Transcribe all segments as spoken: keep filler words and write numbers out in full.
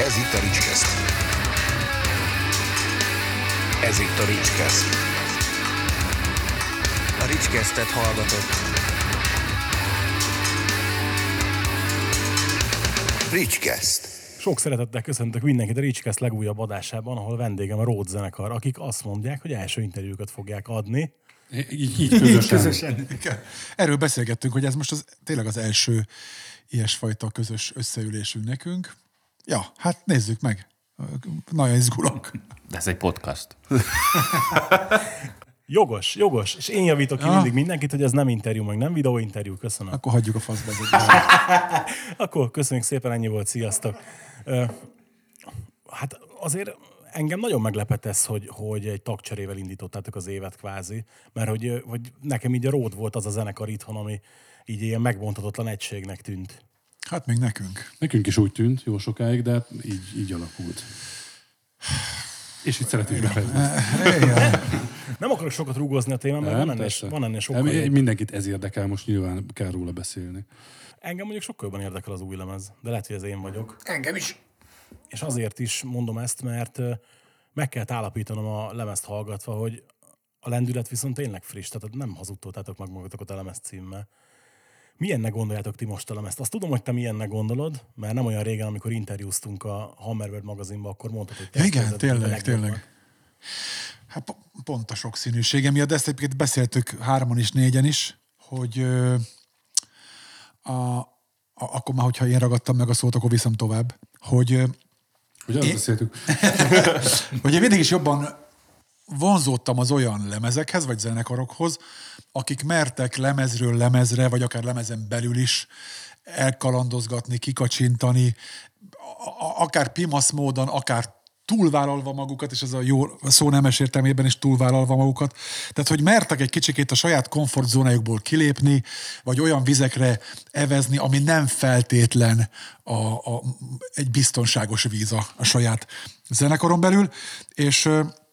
Ez itt a Ricskeszt. Ez itt a Ricskeszt. A Ricskesztet hallgatott. Ricskeszt. Sok szeretettel köszöntök mindenkit a Ricskeszt legújabb adásában, ahol vendégem a Rhodes zenekar, akik azt mondják, hogy első interjúkat fogják adni. Így, így közösen. közösen. Erről beszélgettünk, hogy ez most az, tényleg az első ilyesfajta közös összeülésünk nekünk. Ja, hát nézzük meg. Nagyon izgulok. De ez egy podcast. Jogos, jogos. És én javítok ki ja. mindig mindenkit, hogy ez nem interjú, meg nem videóinterjú. Köszönöm. Akkor hagyjuk a faszba. Akkor köszönjük szépen, ennyi volt. Sziasztok. Hát azért engem nagyon meglepett ez, hogy, hogy egy tagcserével indítottátok az évet kvázi, mert hogy, hogy nekem így a Rhodes volt az a zenekar itthon, ami így ilyen megbontatatlan egységnek tűnt. Hát még nekünk. Nekünk is úgy tűnt jó sokáig, de így, így alakult. És itt szeretünk befejezni. Nem akarok sokat rúgozni a témán, mert van ennél, van ennél sokkal... Nem, mindenkit ez érdekel, most nyilván kell róla beszélni. Engem mondjuk sokkal jobban érdekel az új lemez, de lehet, hogy ez én vagyok. Engem is. És azért is mondom ezt, mert meg kell állapítanom a lemezt hallgatva, hogy a lendület viszont tényleg friss, tehát nem hazudtoltátok meg magatokat a lemez címmel. Milyennek gondoljátok ti most a lemezt? Azt tudom, hogy te milyennek gondolod, mert nem olyan régen, amikor interjúztunk a Hammerbird magazinban, akkor mondtad, hogy te ja, igen, tényleg, tényleg. Hát pont a sokszínűsége miatt, de ezt egyébként beszéltük hárman is, négyen is, hogy ö, a, a, akkor már, hogyha én ragadtam meg a szót, akkor viszem tovább, hogy... Hogy azt én, beszéltük. hogy én mindig is jobban vonzódtam az olyan lemezekhez, vagy zenekarokhoz, akik mertek lemezről lemezre, vagy akár lemezen belül is elkalandozgatni, kikacsintani, akár pimasz módon, akár túlvállalva magukat, és ez a jó szó nemes értelmében is túlvállalva magukat. Tehát, hogy mertek egy kicsikét a saját komfortzónájukból kilépni, vagy olyan vizekre evezni, ami nem feltétlen a, a, egy biztonságos víz a, a saját zenekaron belül, és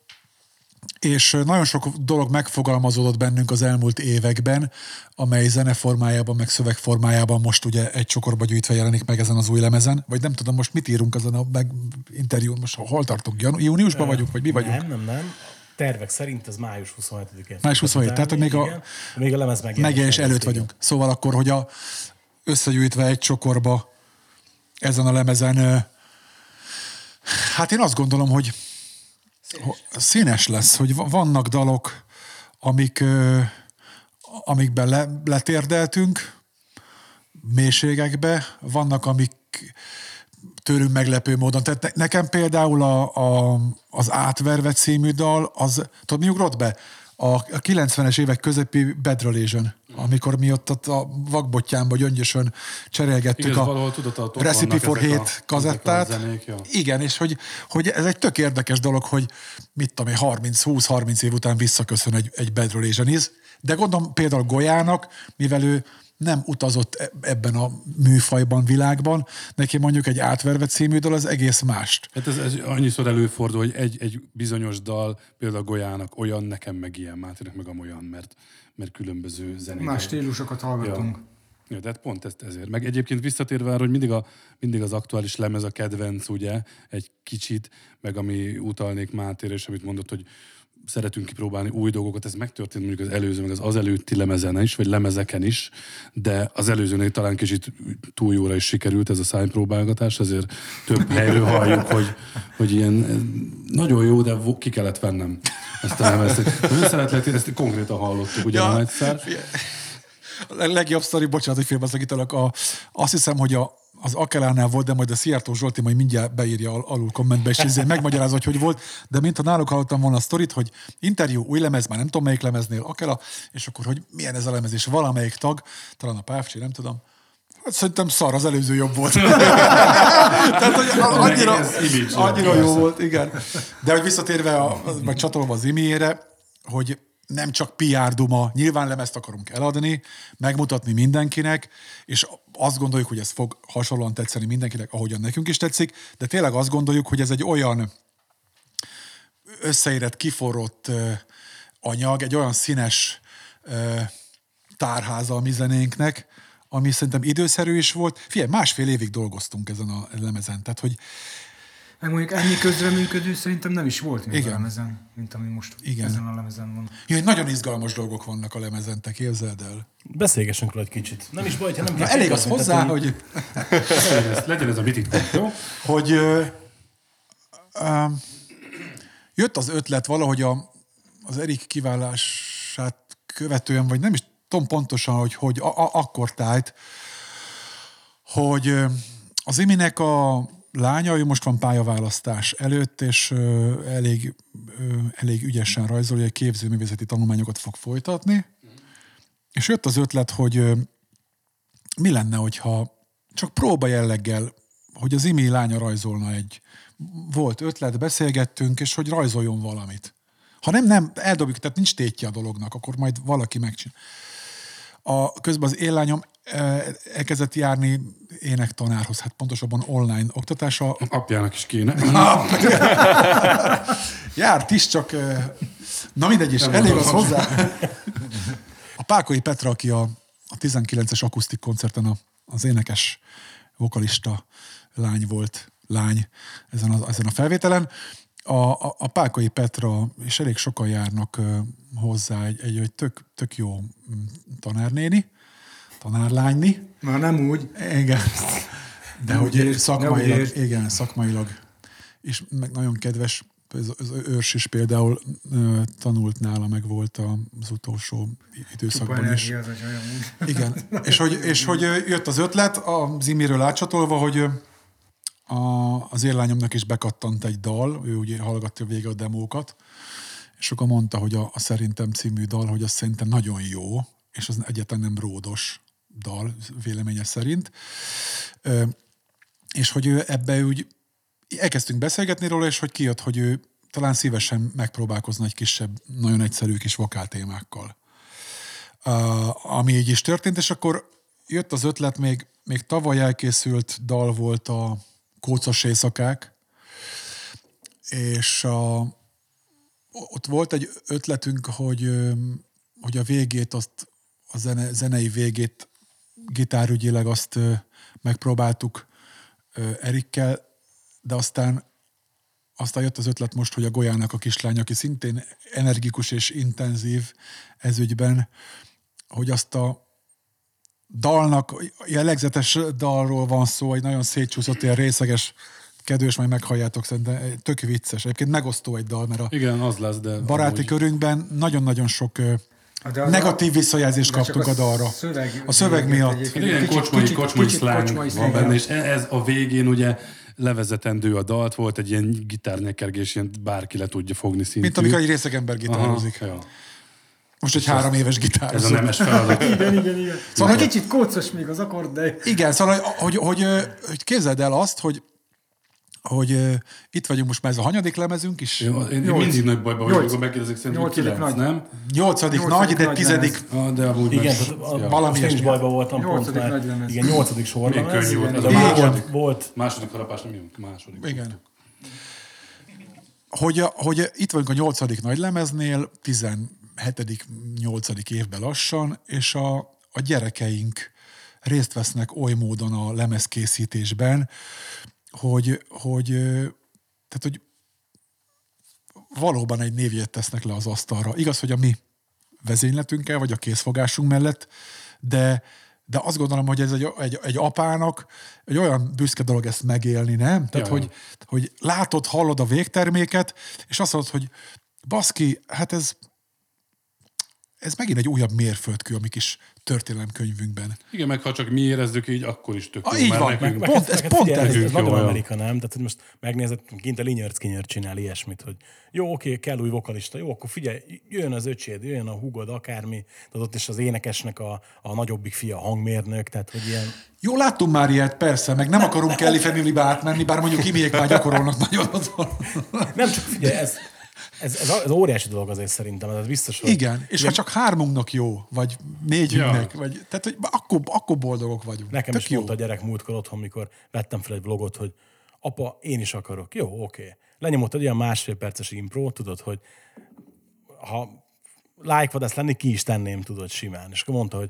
és nagyon sok dolog megfogalmazódott bennünk az elmúlt években, amely zeneformájában, meg szövegformájában most ugye egy csokorba gyűjtve jelenik meg ezen az új lemezen. Vagy nem tudom, most mit írunk ezen a meg interjún, most hol tartunk? Júniusban vagyunk, vagy mi vagyunk? Nem, nem, nem. Tervek szerint ez május huszonhetedikén. május huszonhét, tehát hogy még a, még a lemez megjelenés előtt vagyunk. Szóval akkor, hogy a összegyűjtve egy csokorba ezen a lemezen, hát én azt gondolom, hogy Színes. Színes lesz, hogy vannak dalok, amik, amikben le, letérdeltünk mélységekbe, vannak, amik tőlünk meglepő módon. Tehát nekem például a, a, az Átverve című dal, az, tudod, mi ugrott be? A, a kilencvenes évek közepi Bad Religion, amikor mi ott, ott a vakbottyánba gyöngyösön cserélgettük. Igen, a valahol, tudod, a Recipe for Hate kazettát. Zenék, ja. Igen, és hogy, hogy ez egy tök érdekes dolog, hogy mit tudom én, harminc-húsz-harminc év után visszaköszön egy, egy Bad Religion is. De gondolom például Golyának, mivel ő nem utazott ebben a műfajban, világban, neki mondjuk egy Átverve című dal az egész mást. Hát ez, ez annyiszor előfordul, hogy egy, egy bizonyos dal, például Golyának olyan, nekem meg ilyen, Mátének meg amolyan, mert, mert különböző zenék. Más stílusokat hallgatunk. Ja. Ja, de hát pont ezt ezért. Meg egyébként visszatérve arra, hogy mindig, a, mindig az aktuális lemez a kedvenc, ugye, egy kicsit, meg ami utalnék Mátére, és amit mondott, hogy szeretünk kipróbálni új dolgokat, ez megtörtént mondjuk az előző, meg az az előtti lemezen is, vagy lemezeken is, de az előzőnél talán kicsit túl jóra is sikerült ez a szájpróbálgatás, ezért több helyről halljuk, hogy, hogy ilyen nagyon jó, de ki kellett vennem ezt a lemezt. Nagyon szeretlek, ezt konkrétan hallottuk ugye ja, egyszer. A legjobb sztori, bocsánat, hogy félbeszakítalak, a, azt hiszem, hogy a az Akelánál volt, de majd a Szijjártó Zsolti majd mindjárt beírja al- alul kommentbe, és ezért megmagyarázza, hogy hogy volt, de mintha náluk hallottam volna a sztorit, hogy interjú, új lemez, már nem tudom melyik lemeznél, Akela, és akkor, hogy milyen ez a lemez, és valamelyik tag, talán a Pávcsi, nem tudom, hát szerintem szar, az előző jobb volt. Tehát, hogy annyira, annyira jó volt, igen. De hogy visszatérve, a, vagy csatolva az imiére, hogy nem csak pé er duma, nyilván lemezt akarunk eladni, megmutatni mindenkinek, és azt gondoljuk, hogy ez fog hasonlóan tetszeni mindenkinek, ahogyan nekünk is tetszik, de tényleg azt gondoljuk, hogy ez egy olyan összeérett, kiforrott anyag, egy olyan színes tárháza a mi zenénknek, ami szerintem időszerű is volt. Figyelj, másfél évig dolgoztunk ezen a lemezen, tehát hogy Meg mondjuk ennyi közreműködő szerintem nem is volt még Igen. a lemezen, mint ami most Igen. ezen a lemezen van. Ja, nagyon izgalmas dolgok vannak a lemezen, te képzeld el. Beszélgessünk róla egy kicsit. Nem is baj, ha nem Na, kell elég az kérdezni, hozzá, tehát, hogy, Legyen ez, legyen ez a mitik, jó? hogy ö, ö, jött az ötlet valahogy a, az Erik kiválását követően, vagy nem is tudom pontosan, hogy, hogy a, a, akkor tájt, hogy ö, az Iminek a lánya, ő most van pályaválasztás előtt, és ö, elég, ö, elég ügyesen rajzolja, hogy képzőművészeti tanulmányokat fog folytatni. És jött az ötlet, hogy ö, mi lenne, hogyha csak próba jelleggel, hogy az Imi lánya rajzolna egy... Volt ötlet, beszélgettünk, és hogy rajzoljon valamit. Ha nem, nem, eldobjuk, tehát nincs tétje a dolognak, akkor majd valaki megcsinál. A, közben az én lányom elkezdett járni énektanárhoz, hát pontosabban online oktatása. Apjának is kéne. Járt is, csak... Na mindegy is, elég az hozzá. A Pákai Petra, aki a, a tizenkilences akusztik koncerten a, az énekes vokalista lány volt, lány ezen a, ezen a felvételen. A, a, a Pákai Petra, és elég sokan járnak uh, hozzá egy, egy, egy tök, tök jó tanárnéni, tanárlányi. Már nem úgy. Igen. De Nem hogy úgy ért, szakmailag, nem úgy ért. igen, szakmailag. És meg nagyon kedves, az, az őrs is például uh, tanult nála, meg volt az utolsó Csupa időszakban is. energia az, hogy olyan úgy. Igen. És hogy, és hogy jött az ötlet az Imiről átcsatolva, hogy a, az én lányomnak is bekattant egy dal, ő ugye hallgatta végig a demókat, és akkor mondta, hogy a, a Szerintem című dal, hogy az szerintem nagyon jó, és az egyáltalán nem ródos dal, véleménye szerint. Ö, és hogy ő ebbe úgy elkezdtünk beszélgetni róla, és hogy kijött, hogy ő talán szívesen megpróbálkozna egy kisebb, nagyon egyszerű kis vokáltémákkal. Uh, ami így is történt, és akkor jött az ötlet, még, még tavaly elkészült dal volt a Kócos éjszakák, és a, ott volt egy ötletünk, hogy, hogy a végét, azt, a zene, zenei végét gitárügyileg azt megpróbáltuk Erikkel, de aztán aztán jött az ötlet most, hogy a Golyának a kislány, aki szintén energikus és intenzív ezügyben, hogy azt a dalnak, jellegzetes dalról van szó, egy nagyon szétcsúszott, ilyen részeges, kedves, majd meghalljátok, szerintem tök vicces. Egyébként megosztó egy dal, mert a Igen, az lesz, de... baráti amúgy... körünkben nagyon-nagyon sok De az negatív a- visszajelzést de csak kaptunk a dalra. Szöveg, A szöveg miatt. egyébként Igen, kicsit- kocsmai, kicsit- kocsmai kicsit szláng kocsmai van szláng. benne, és ez a végén ugye levezetendő a dalt, volt egy ilyen gitárnyekergés, ilyen bárki le tudja fogni szintű. Mint amikor egy részeg ember gitározik. Aha, ja. Most egy három éves Ez gitározó. a nemes feladat. Igen, igen, igen. Szóval, Szóval hogy- kicsit kócos még az akkord, de... Igen, szóval, hogy, hogy, hogy, hogy képzeld el azt, hogy, hogy uh, itt vagyunk most már, ez a hanyadik lemezünk is. Én, én Nyolc. mindig nagy bajban vagyok, Nyolc. amikor megkérdezik, szerintem Nyolcadik kilenc, nagy. nem? Nyolcadik Nyolcadik nagy, de nagy tizedik. Ah, de amúgy Igen, meg... tehát a, Ja. valami most én is ilyesmi. bajban voltam pont, Nyolcadik mert nagylemez. igen, nyolcadik sorban Milyen könnyű volt ez a de már második. volt, volt Második harapás nem jön, második. Igen. Hogy, a- hogy itt vagyunk a nyolcadik nagylemeznél, tizenhetedik nyolcadik évben lassan, és a, a gyerekeink részt vesznek oly módon a lemezkészítésben, hogy, hogy, ö, tehát, hogy valóban egy névjegyet tesznek le az asztalra. Igaz, hogy a mi vezényletünkkel, vagy a készfogásunk mellett, de, de azt gondolom, hogy ez egy, egy, egy apának egy olyan büszke dolog ezt megélni, nem? Tehát, Ja. hogy, hogy látod, hallod a végterméket, és azt mondod, hogy baszki, hát ez, ez megint egy újabb mérföldkő a mi kis történelemkönyvünkben. Igen, meg ha csak mi érezzük így, akkor is tök jó. Ah, így mert van, nekünk- meg- Pont- ez neked pont figyelj, ez. ez, ez nagyon Jó, jó. Amerika, nem? Tehát, hogy most megnézed, kint a Linyörc csinál ilyesmit, hogy jó, oké, kell új vokalista, jó, akkor figyelj, jöjjön az öcséd, jöjjön a húgod, akármi, tehát ott is az énekesnek a, a nagyobbik fia, a hangmérnök, tehát, hogy ilyen... Jó, láttunk már ilyet, persze, meg nem, nem akarunk nem, Kelly oké. Family-be átmenni, bár mondjuk Imiék már gyakorolnak nagyon otthon. Nem csak figyelj, ez, ez, ez, ez óriási dolog azért szerintem, ez biztos, hogy... Igen, és ha csak hármunknak jó, vagy négyünknek, Ja. vagy, tehát hogy akkor, akkor boldogok vagyunk. Nekem Tök is jó. mondta a gyerek múltkor otthon, mikor vettem fel egy vlogot, hogy apa, én is akarok. Jó, oké. Lenyomott egy olyan másfél perces impro, tudod, hogy ha like vadász lenni, ki is tenném, tudod, simán. És akkor mondta, hogy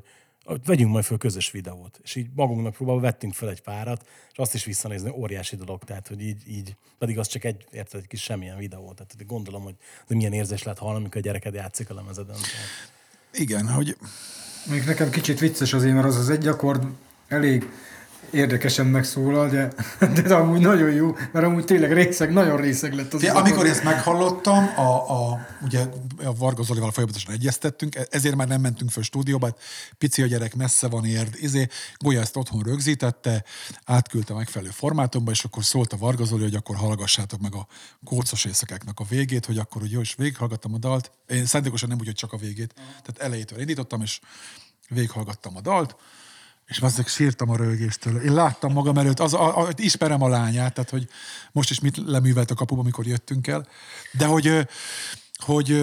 vegyünk majd föl közös videót. És így magunknak próbálva vettünk fel egy párat, és azt is visszanézni, óriási dolog. Tehát, hogy így, így pedig az csak egy, érted, egy kis semmilyen videó. Tehát hogy gondolom, hogy, hogy milyen érzés lehet hallani, amikor a gyereked játszik a lemezeden. Tehát... Igen, hogy... Még nekem kicsit vicces azért, mert az az egy akkord elég érdekesen megszólal, de, de amúgy nagyon jó, mert amúgy tényleg részeg, nagyon részeg lett az. Ja, az amikor akkord. ezt meghallottam, a, a, ugye a Varga Zolival folyamatosan egyeztettünk, ezért már nem mentünk föl stúdióba, pici a gyerek, messze van érd, izé, Golya ezt otthon rögzítette, átküldte megfelelő formátumba, és akkor szólt a Varga Zoli, hogy akkor hallgassátok meg a Kócos éjszakáknak a végét, hogy akkor hogy jó, és végighallgattam a dalt. Én szándékosan nem úgy, hogy csak a végét. Tehát elejétől indítottam, és végighallgattam a dalt, és azért sírtam a röhögéstől. Én láttam magam előtt, az, a, a, ismerem a lányát, tehát hogy most is mit leművelt a kapuba, amikor jöttünk el, de hogy, hogy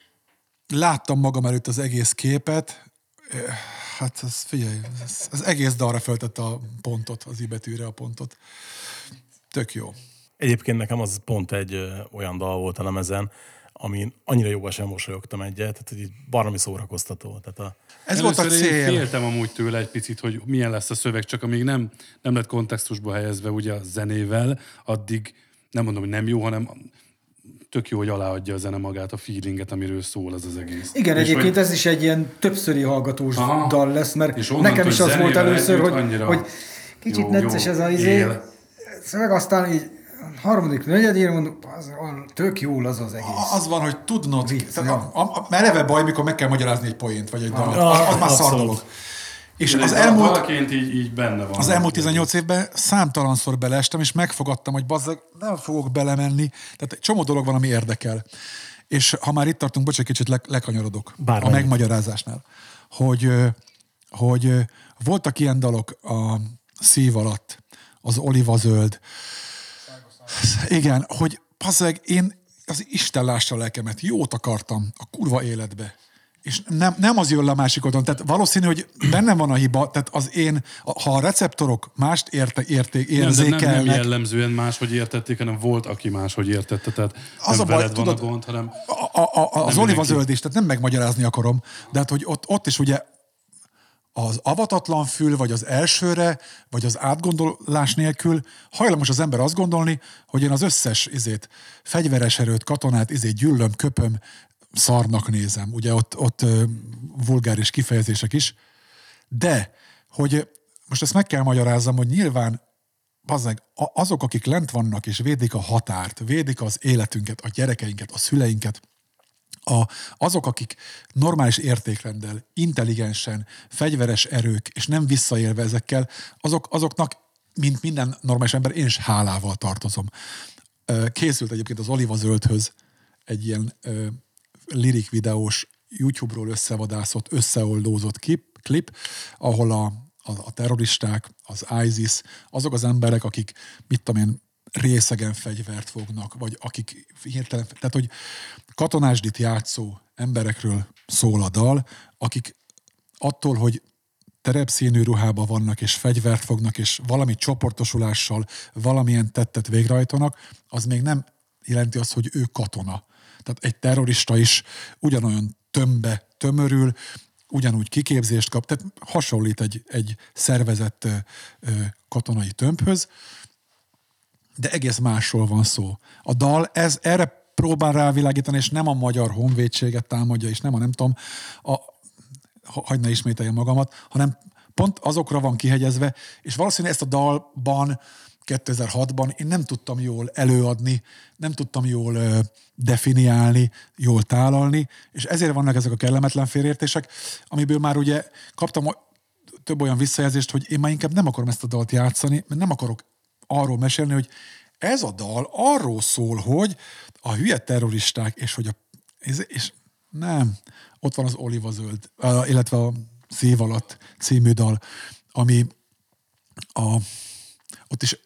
láttam magam előtt az egész képet, hát az, figyelj, az, az egész dalra föltette a pontot, az i betűre a pontot. Tök jó. Egyébként nekem az pont egy ö, olyan dal volt a lemezen, amin annyira jobban sem mosolyogtam egyet, tehát hogy így baromi szórakoztató. Tehát a... Ez volt a Először én cél. féltem amúgy tőle egy picit, hogy milyen lesz a szöveg, csak amíg nem, nem lett kontextusba helyezve ugye a zenével, addig nem mondom, hogy nem jó, hanem tök jó, hogy aláadja a zene magát, a feelinget, amiről szól ez az egész. Igen, És egyébként hogy... ez is egy ilyen többszöri hallgatós Aha. dal lesz, mert És onnan, nekem is hogy az volt zenével először, együtt hogy, annyira hogy kicsit jó, necces jó ez a izé, él. meg aztán így harmadik, negyedére mondom, az, tök jól az az egész. Az van, hogy tudnod, Vicc, tehát ja. a, a, eleve baj, mikor meg kell magyarázni egy poént, vagy egy dalat. Ah, Az, az már szar abszolút. dolog. És De az ez elmúlt, valaként így, így benne van. az elmúlt tizennyolc évben számtalanszor beleestem, és megfogadtam, hogy bazzeg, nem fogok belemenni. Tehát egy csomó dolog van, ami érdekel. És ha már itt tartunk, bocs, egy kicsit le, lekanyarodok Bármelyik. a megmagyarázásnál, hogy, hogy voltak ilyen dalok a Szív alatt, az Olivazöld. Igen, hogy bazzeg, én az Isten lássa a lelkemet, jót akartam a kurva életbe. És nem, nem az jön le a másik oldalon. Tehát valószínű, hogy bennem van a hiba, tehát az én, ha a receptorok mást érte, érték, Nem, de érzékelnek... nem, nem jellemzően máshogy értették, hanem volt, aki máshogy értette. Tehát Az nem a baj, veled van tudod, a gond, hanem... A, a, a, az nem Oliva mindenki. zöld is, tehát nem megmagyarázni akarom, de hát, hogy ott, ott is ugye az avatatlan fül, vagy az elsőre, vagy az átgondolás nélkül hajlamos az ember azt gondolni, hogy én az összes izét, fegyveres erőt, katonát izét gyűlöm, köpöm, szarnak nézem. Ugye ott, ott uh, vulgáris kifejezések is. De, hogy most ezt meg kell magyarázzam, hogy nyilván bazzeg, azok, akik lent vannak és védik a határt, védik az életünket, a gyerekeinket, a szüleinket, a, azok, akik normális értékrenddel, intelligensen, fegyveres erők, és nem visszaélve ezekkel, azok, azoknak, mint minden normális ember, én is hálával tartozom. Készült egyébként az Oliva Zöldhöz egy ilyen ö, lirik videós, YouTube-ról összevadászott, összeoldózott klip, klip ahol a, a, a terroristák, az ISIS, azok az emberek, akik, mit tudom én, részegen fegyvert fognak, vagy akik hirtelen, tehát hogy katonásdit játszó emberekről szól a dal, akik attól, hogy terepszínű ruhában vannak, és fegyvert fognak, és valami csoportosulással valamilyen tettet végrehajtanak, az még nem jelenti azt, hogy ő katona. Tehát egy terrorista is ugyanolyan tömbbe tömörül, ugyanúgy kiképzést kap, tehát hasonlít egy, egy szervezett ö, ö, katonai tömbhöz, de egész másról van szó. A dal ez, erre próbál rávilágítani, és nem a magyar honvédséget támadja, és nem a nem tudom, a, hagyd ne ismételjem magamat, hanem pont azokra van kihegyezve, és valószínűleg ezt a dalban kétezer-hatban én nem tudtam jól előadni, nem tudtam jól ö, definiálni, jól tálalni, és ezért vannak ezek a kellemetlen félreértések, amiből már ugye kaptam több olyan visszajelzést, hogy én már inkább nem akarom ezt a dalt játszani, mert nem akarok arról mesélni, hogy ez a dal arról szól, hogy a hülye terroristák, és hogy a... És nem. Ott van az Oliva Zöld, illetve a Szív alatt című dal, ami a, ott is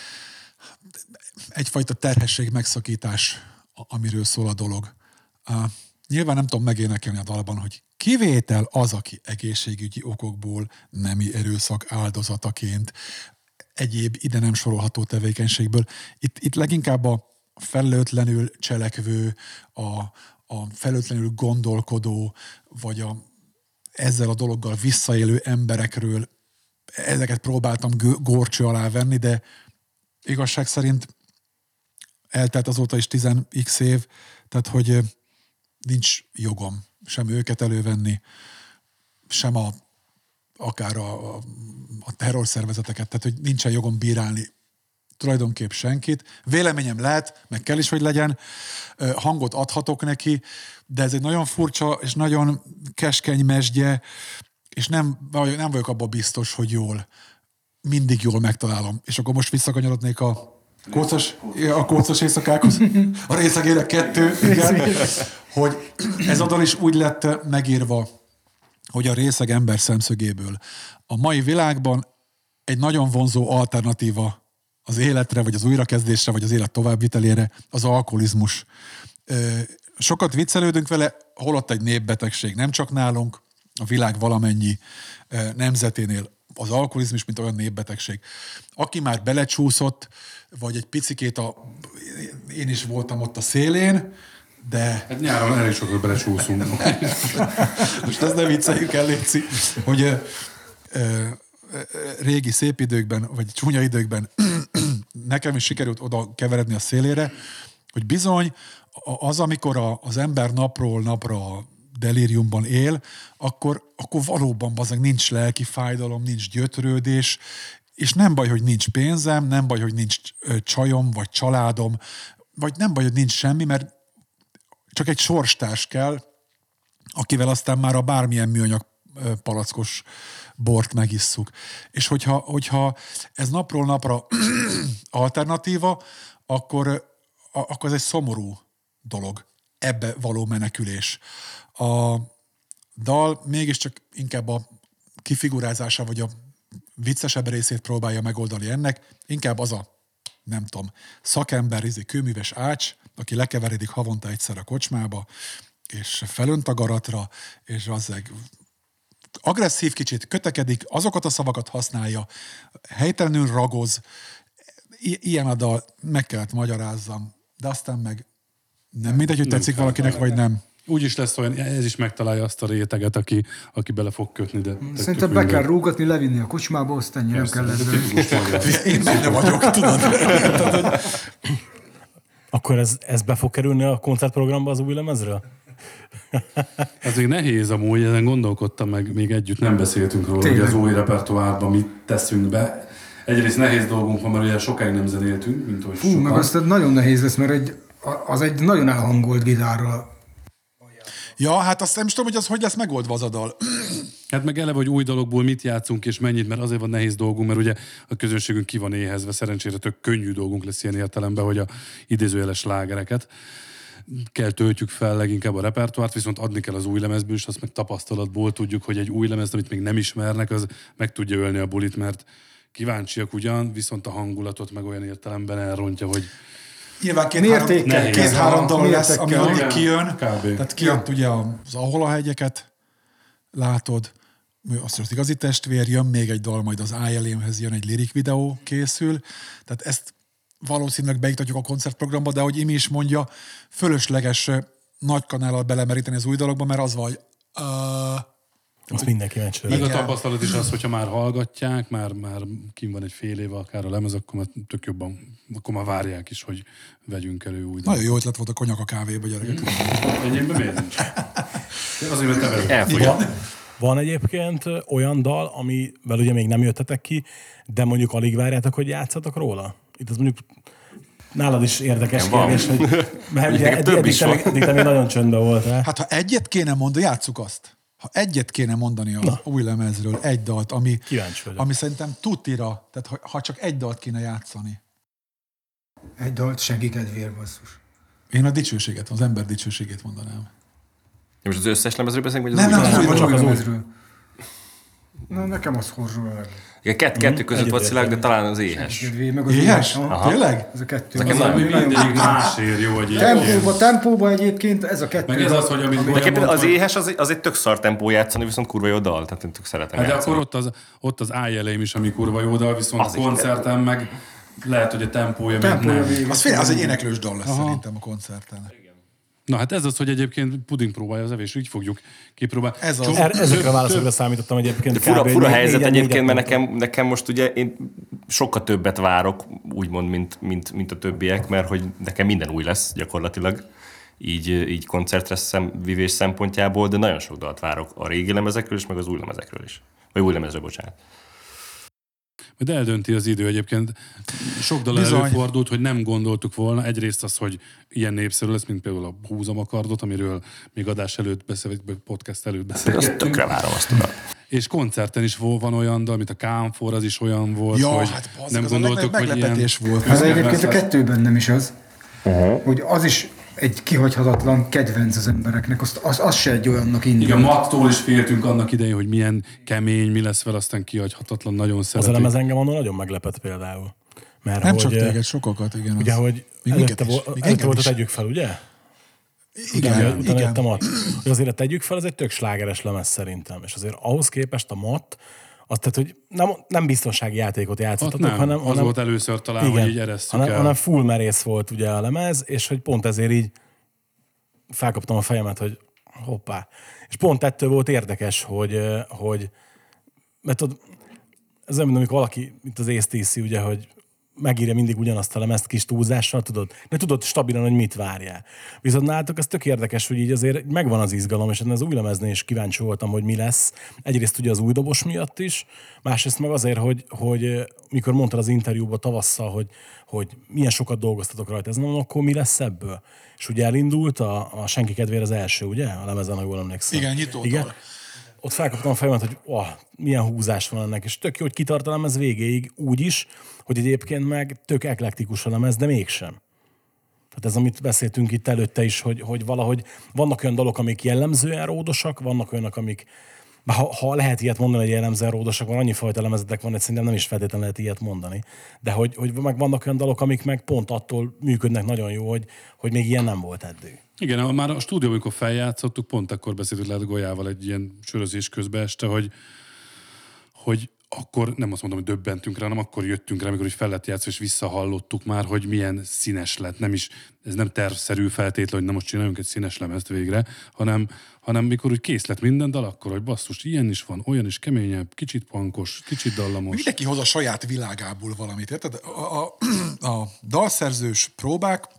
egyfajta terhesség megszakítás, amiről szól a dolog. Uh, nyilván nem tudom megénekelni a dalban, hogy kivétel az, aki egészségügyi okokból nemi erőszak áldozataként egyéb ide nem sorolható tevékenységből. Itt, itt leginkább a felelőtlenül cselekvő, a, a felelőtlenül gondolkodó, vagy a ezzel a dologgal visszaélő emberekről ezeket próbáltam górcső alá venni, de igazság szerint eltelt azóta is tíz x év, tehát hogy nincs jogom sem őket elővenni, sem a, akár a, a, a terrorszervezeteket, tehát hogy nincsen jogom bírálni tulajdonképp senkit. Véleményem lehet, meg kell is, hogy legyen, hangot adhatok neki, de ez egy nagyon furcsa és nagyon keskeny mesdje, és nem, nem vagyok abban biztos, hogy jól, mindig jól megtalálom. És akkor most visszakanyarodnék a kócos, a kócos éjszakákhoz, a részegének kettő, igen, hogy ez oda is úgy lett megírva, hogy a részeg ember szemszögéből. A mai világban egy nagyon vonzó alternatíva az életre, vagy az újrakezdésre, vagy az élet továbbvitelére az alkoholizmus. Sokat viccelődünk vele, holott egy népbetegség, nem csak nálunk, a világ valamennyi nemzeténél az alkoholizmus, mint olyan népbetegség. Aki már belecsúszott, vagy egy picikét a... Én is voltam ott a szélén, de... Hát nyáron elég sokat belecsúszunk. Most ezt nem vicceljük el, Léci, hogy ö, ö, régi szép időkben, vagy csúnya időkben nekem is sikerült oda keveredni a szélére, hogy bizony az, amikor a, az ember napról napra delíriumban él, akkor, akkor valóban bazeg nincs lelki fájdalom, nincs gyötrődés, és nem baj, hogy nincs pénzem, nem baj, hogy nincs csajom, vagy családom, vagy nem baj, hogy nincs semmi, mert csak egy sorstárs kell, akivel aztán már a bármilyen műanyag palackos bort megisszuk. És hogyha, hogyha ez napról napra alternatíva, akkor, akkor ez egy szomorú dolog, ebbe való menekülés. A dal mégiscsak inkább a kifigurázása, vagy a viccesebb részét próbálja megoldani ennek, inkább az a, nem tudom, szakember, izé, kőműves ács, aki lekeveredik havonta egyszer a kocsmába, és felönt a garatra, és azzeg agresszív kicsit, kötekedik, azokat a szavakat használja, helytelenül ragoz, I- ilyen a dal, meg kellett magyarázzam, de aztán meg nem mindegy, hogy tetszik valakinek, vagy nem. Úgy is lesz olyan, ez is megtalálja azt a réteget, aki, aki bele fog kötni. De szerintem be kell rúgatni, levinni a kocsmába, azt ennyi, nem kell ezzel. Én benne vagyok, tudod. Akkor ez, ez be fog kerülni a koncertprogramba az új lemezről? Ez még nehéz amúgy, ezen gondolkodtam meg, még együtt nem beszéltünk róla, hogy az új repertoárban mit teszünk be. Egyrészt nehéz dolgunk van, mert ugye sokáig nem zenéltünk, mint hogy Fú, sokan. Meg azt nagyon nehéz lesz, mert egy, az egy nagyon elhangolt gitárral. Ja, hát azt nem is tudom, hogy az hogy lesz megoldva az a dal. Hát meg eleve, hogy új dalokból mit játszunk és mennyit, mert azért van nehéz dolgunk, mert ugye a közönségünk ki van éhezve, szerencsére tök könnyű dolgunk lesz ilyen értelemben, hogy a idézőjeles slágereket kell töltjük fel leginkább a repertoárt, viszont adni kell az új lemezből, és azt meg tapasztalatból tudjuk, hogy egy új lemez, amit még nem ismernek, az meg tudja ölni a bulit, mert kíváncsiak ugyan, viszont a hangulatot meg olyan értelemben elrontja, hogy nyilván két-három két, három dal lesz, ami addig kijön. Kb. Tehát kijött ugye az Ahol a hegyeket, látod, azt az igazi testvér, jön még egy dal, majd az Ájelémhez jön egy lirik videó, készül. Tehát ezt valószínűleg beiktatjuk a koncertprogramba, de ahogy Imi is mondja, fölösleges nagy kanállal belemeríteni az új dalokba, mert az vagy... Uh, azt mindenki mencsőre. Meg a tapasztalat is az, hogyha már hallgatják, már, már kim van egy fél éve akár a lemez, akkor már tök jobban, akkor már várják is, hogy vegyünk elő új. Nagyon jó ötlet volt a konyak a kávéba, gyerekek. Enyémben miért nincs? Azért, mert te vezet. Elfogyott. Van egyébként olyan dal, amivel ugye még nem jöttetek ki, de mondjuk alig várjátok, hogy játszatok róla? Itt az mondjuk nálad is érdekes kérdés, hogy mert ugye eddig, eddig, eddig, eddig te még nagyon csöndben voltál. Hát ha egyet kéne mondani, játsszuk azt. Ha egyet kéne mondani a Na. új lemezről, egy dalt, ami, ami szerintem tutira, tehát ha, ha csak egy dalt kéne játszani. Egy dalt segítedvér, basszus. Én a dicsőséget, az ember dicsőségét mondanám. Most az összes lemezről beszélünk, vagy az nem, új Nem, nem, csak az lemezről. Na, nekem az horzsul meg. Kett, kettő között volt Szilág, de talán az éhes. Éhes? Tényleg? Ez a kettő. Ez az, mindig másért jó egyébként. Tempóba, tempóba egyébként ez a kettő. Meg ez az, hogy amit de az éhes, az, az egy tök szar tempó játszani, viszont kurva jó dal, tehát én tök szeretem hát játszani. De akkor ott az, ott az ájeleim is, ami kurva jó dal, viszont az koncerten meg lehet, hogy a tempója még nem. Az, fél, az egy éneklős dal lesz Aha. szerintem a koncerten. Na hát ez az, hogy egyébként puding próbálja az evés, így fogjuk kipróbálni. Ez az. Csomó- Er, ezekre a több- válaszokra számítottam egyébként. De fura, kb. fura négy- helyzet négyen- egyébként, négyen mert mondtam. nekem, nekem most ugye én sokkal többet várok, úgymond, mint, mint, mint a többiek, mert hogy nekem minden új lesz gyakorlatilag, így, így koncertre szem, vívés szempontjából, de nagyon sok dalt várok a régi lemezekről is, meg az új lemezekről is. Vagy új lemezről, bocsánat. De eldönti az idő egyébként. Sok dal Bizony. előfordult, hogy nem gondoltuk volna. Egyrészt az, hogy ilyen népszerű lesz, mint például a Húzom a kardot, amiről még adás előtt beszéltünk, podcast előtt Azt beszélgettünk. tökre várom azt tudom. És koncerten is vo- van olyan dal, mint a Kámfor, az is olyan volt, Ja, hogy hát bazd, nem az a gondoltuk, legnagyobb hogy ilyen... meglepetés volt. Ez Nem egyébként a lesz. kettőben nem is az, uh-huh. hogy az is egy kihagyhatatlan kedvenc az embereknek, azt, az, az se egy olyannak indul. Igen, Mattól is féltünk annak idején, hogy milyen kemény, mi lesz vele, aztán kihagyhatatlan, nagyon Az szeretik. elem ez engem annól nagyon meglepett például. Mert Nem hogy, csak eh, téged, sokakat, igen. Ugye, az. hogy Még előtte, minket is, vo- még előtte engem volt a is. Tegyük fel, ugye? Igen, Utána, utána igen. jött a mat. Hogy azért a Tegyük fel, az egy tök slágeres lemez szerintem. És azért ahhoz képest a mat, azt tehát, hogy nem, nem biztonsági játékot Ott játszottatok, nem, hanem, az hanem, volt először talán, igen, hogy így eresztük hanem, el. hanem full merész volt ugye a lemez, és hogy pont ezért így felkaptam a fejemet, hogy hoppá. És pont ettől volt érdekes, hogy, hogy mert tudod, ez olyan, mint amikor valaki, mint az á cé té cé, ugye, hogy megírja mindig ugyanazt a lemezt kis túlzással, tudod, de tudod stabilan, hogy mit várjál. Viszont nálatok ez tök érdekes, hogy így azért megvan az izgalom, és az új lemeznél is kíváncsi voltam, hogy mi lesz. Egyrészt ugye az új dobos miatt is, másrészt meg azért, hogy, hogy mikor mondtad az interjúban tavasszal, hogy, hogy milyen sokat dolgoztatok rajta, ez nem akkor mi lesz ebből? És ugye elindult a, a Senki kedvére az első, ugye? A lemezen, ha jól emlékszem. Igen, nyitótól. Igen. Ott felkaptam a fejemet, hogy oh, milyen húzás van ennek, és tök jó, hogy kitart a lemez végéig úgy is, hogy egyébként meg tök eklektikus a lemez, de mégsem. Tehát ez, amit beszéltünk itt előtte is, hogy, hogy valahogy vannak olyan dalok, amik jellemzően ródosak, vannak olyanok, amik, ha, ha lehet ilyet mondani, hogy jellemzően ródosak, van annyi fajta lemezetek van, hogy szerintem nem is feltétlenül lehet ilyet mondani. De hogy, hogy meg vannak olyan dalok, amik meg pont attól működnek nagyon jó, hogy, hogy még ilyen nem volt eddig. Igen, a- már a stúdió, amikor feljátszottuk, pont akkor beszéltük lehet Golyával egy ilyen sörözés közben este, hogy, hogy akkor nem azt mondom, hogy döbbentünk rá, hanem akkor jöttünk rá, amikor is fel lett játszva, és visszahallottuk már, hogy milyen színes lett. Nem is, ez nem tervszerű feltétlen, hogy na most csináljunk egy színes lemezt végre, hanem, hanem mikor úgy kész lett minden dal, akkor, hogy basszus, ilyen is van, olyan is keményebb, kicsit pankos, kicsit dallamos. Mindenki hoz a saját világából valamit, érted? A, a, a dalszerzős próbák,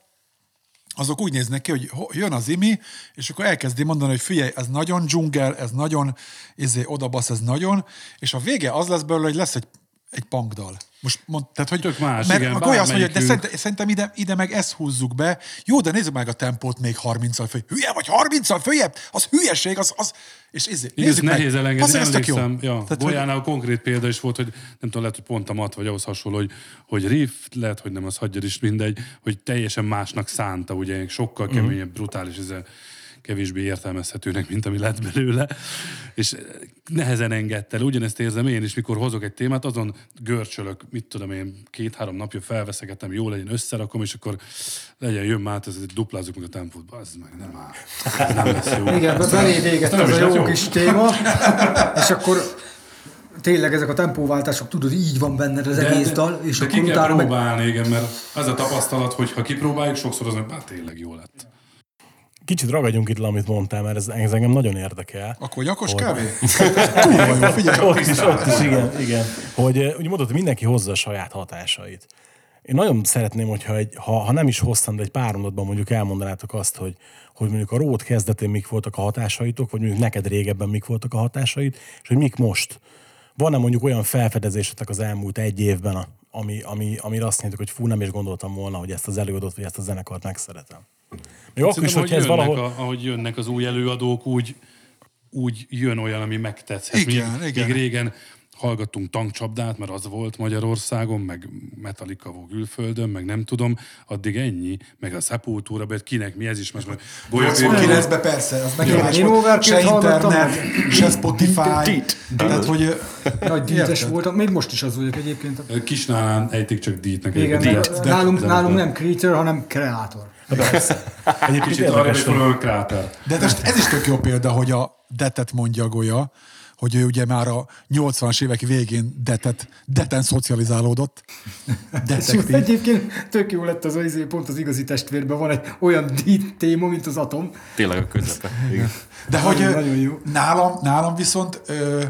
azok úgy néznek ki, hogy ho- jön az imi, és akkor elkezdi mondani, hogy figyelj, ez nagyon dzsungel, ez nagyon, izé, odabasz, ez nagyon, és a vége az lesz belőle, hogy lesz egy, egy punkdal. Most mond, tehát, hogy Tök más, mert igen, a Golya azt mondja, hogy de bármelyikünk. szerintem, szerintem ide, ide meg ezt húzzuk be. Jó, de nézzük meg a tempót még harminccal följebb. Hülye vagy harminccal följebb? Az hülyeség, az... az és izé, Igen, ez nézzük meg. nehéz elengedni, Azt, hogy ez tök jó. emlékszem. Ja, Tehát, Golyánál konkrét példa is volt, hogy nem tudom, lehet, hogy pont a mat, vagy ahhoz hasonló, hogy, hogy riff, lehet, hogy nem, az hagyjad is mindegy, hogy teljesen másnak szánta, ugye sokkal keményebb, brutális, ez kevésbé értelmezhetőnek, mint ami lett belőle, és nehezen engedte el. Ugyanezt érzem én is, mikor hozok egy témát, azon görcsölök, mit tudom én, két-három napja felveszegetem, jó legyen, összerakom, és akkor legyen, jön már, ez duplázzuk meg a tempót, az meg nem áll. Ez nem lesz jó. Igen, belé végett Nem az is a lett jó jó. kis téma, és akkor tényleg ezek a tempóváltások, tudod, így van benned az egész dal, és de akkor ki kell utána meg... próbálni, igen, mert az a tapasztalat, hogy ha kipróbáljuk, sokszor az meg, hát tényleg jó lett. Kicsit ragadjunk itt le, amit mondtál, mert ez, ez engem nagyon érdekel. Akkor gyakos Hogy- kávé? Kurva jó, figyelj. Ott is, ott is, igen, igen. Hogy eh, ugye mondod, hogy mindenki hozza a saját hatásait. Én nagyon szeretném, hogyha egy, ha, ha nem is hosszan, de egy pár mondatban mondjuk elmondanátok azt, hogy, hogy mondjuk a Rót kezdetén mik voltak a hatásaitok, vagy mondjuk neked régebben mik voltak a hatásaid, és hogy mik most. Van-e mondjuk olyan felfedezésetek az elmúlt egy évben, a- ami, ami, amire azt mondjátok, hogy fú, nem is gondoltam volna, hogy ezt az előadót, vagy ezt a zenekart megszeretem. Még akkor is, Szerintem, hogyha ez ahogy jönnek, valahol... a, ahogy jönnek az új előadók, úgy, úgy jön olyan, ami megtetszhet. Igen, még, igen. még régen hallgattunk tankcsapdát, mert az volt Magyarországon, meg Metallica volt külföldön, meg nem tudom, addig ennyi, meg a Sepultura, mert kinek mi ez is, most már nyolcvankilencben persze, az meg Igen, más, én hogy Overkill-t se hallgattam, internet, se Spotify. Tehát, hogy Nagy dítes érted? voltam, még most is az vagyok egyébként. Kisnálán ejtik csak dítnek. Igen, egyébként. mert De- nálunk, de- nálunk nem creature, hanem kreátor. Egyébként Kicsit arra érdekes, is hogy- van a kráter. De most ez is tök jó példa, hogy a detet mondja a Golya, hogy ő ugye már a nyolcvanas évek végén detet, deten szocializálódott. Detektív. Egyébként tök jó lett az, az pont az igazi testvérben van egy olyan deep téma, mint az atom. Tényleg a közepe. Igen. De hogy Nagyon, ö, nagyon jó. Nálam, nálam viszont ö,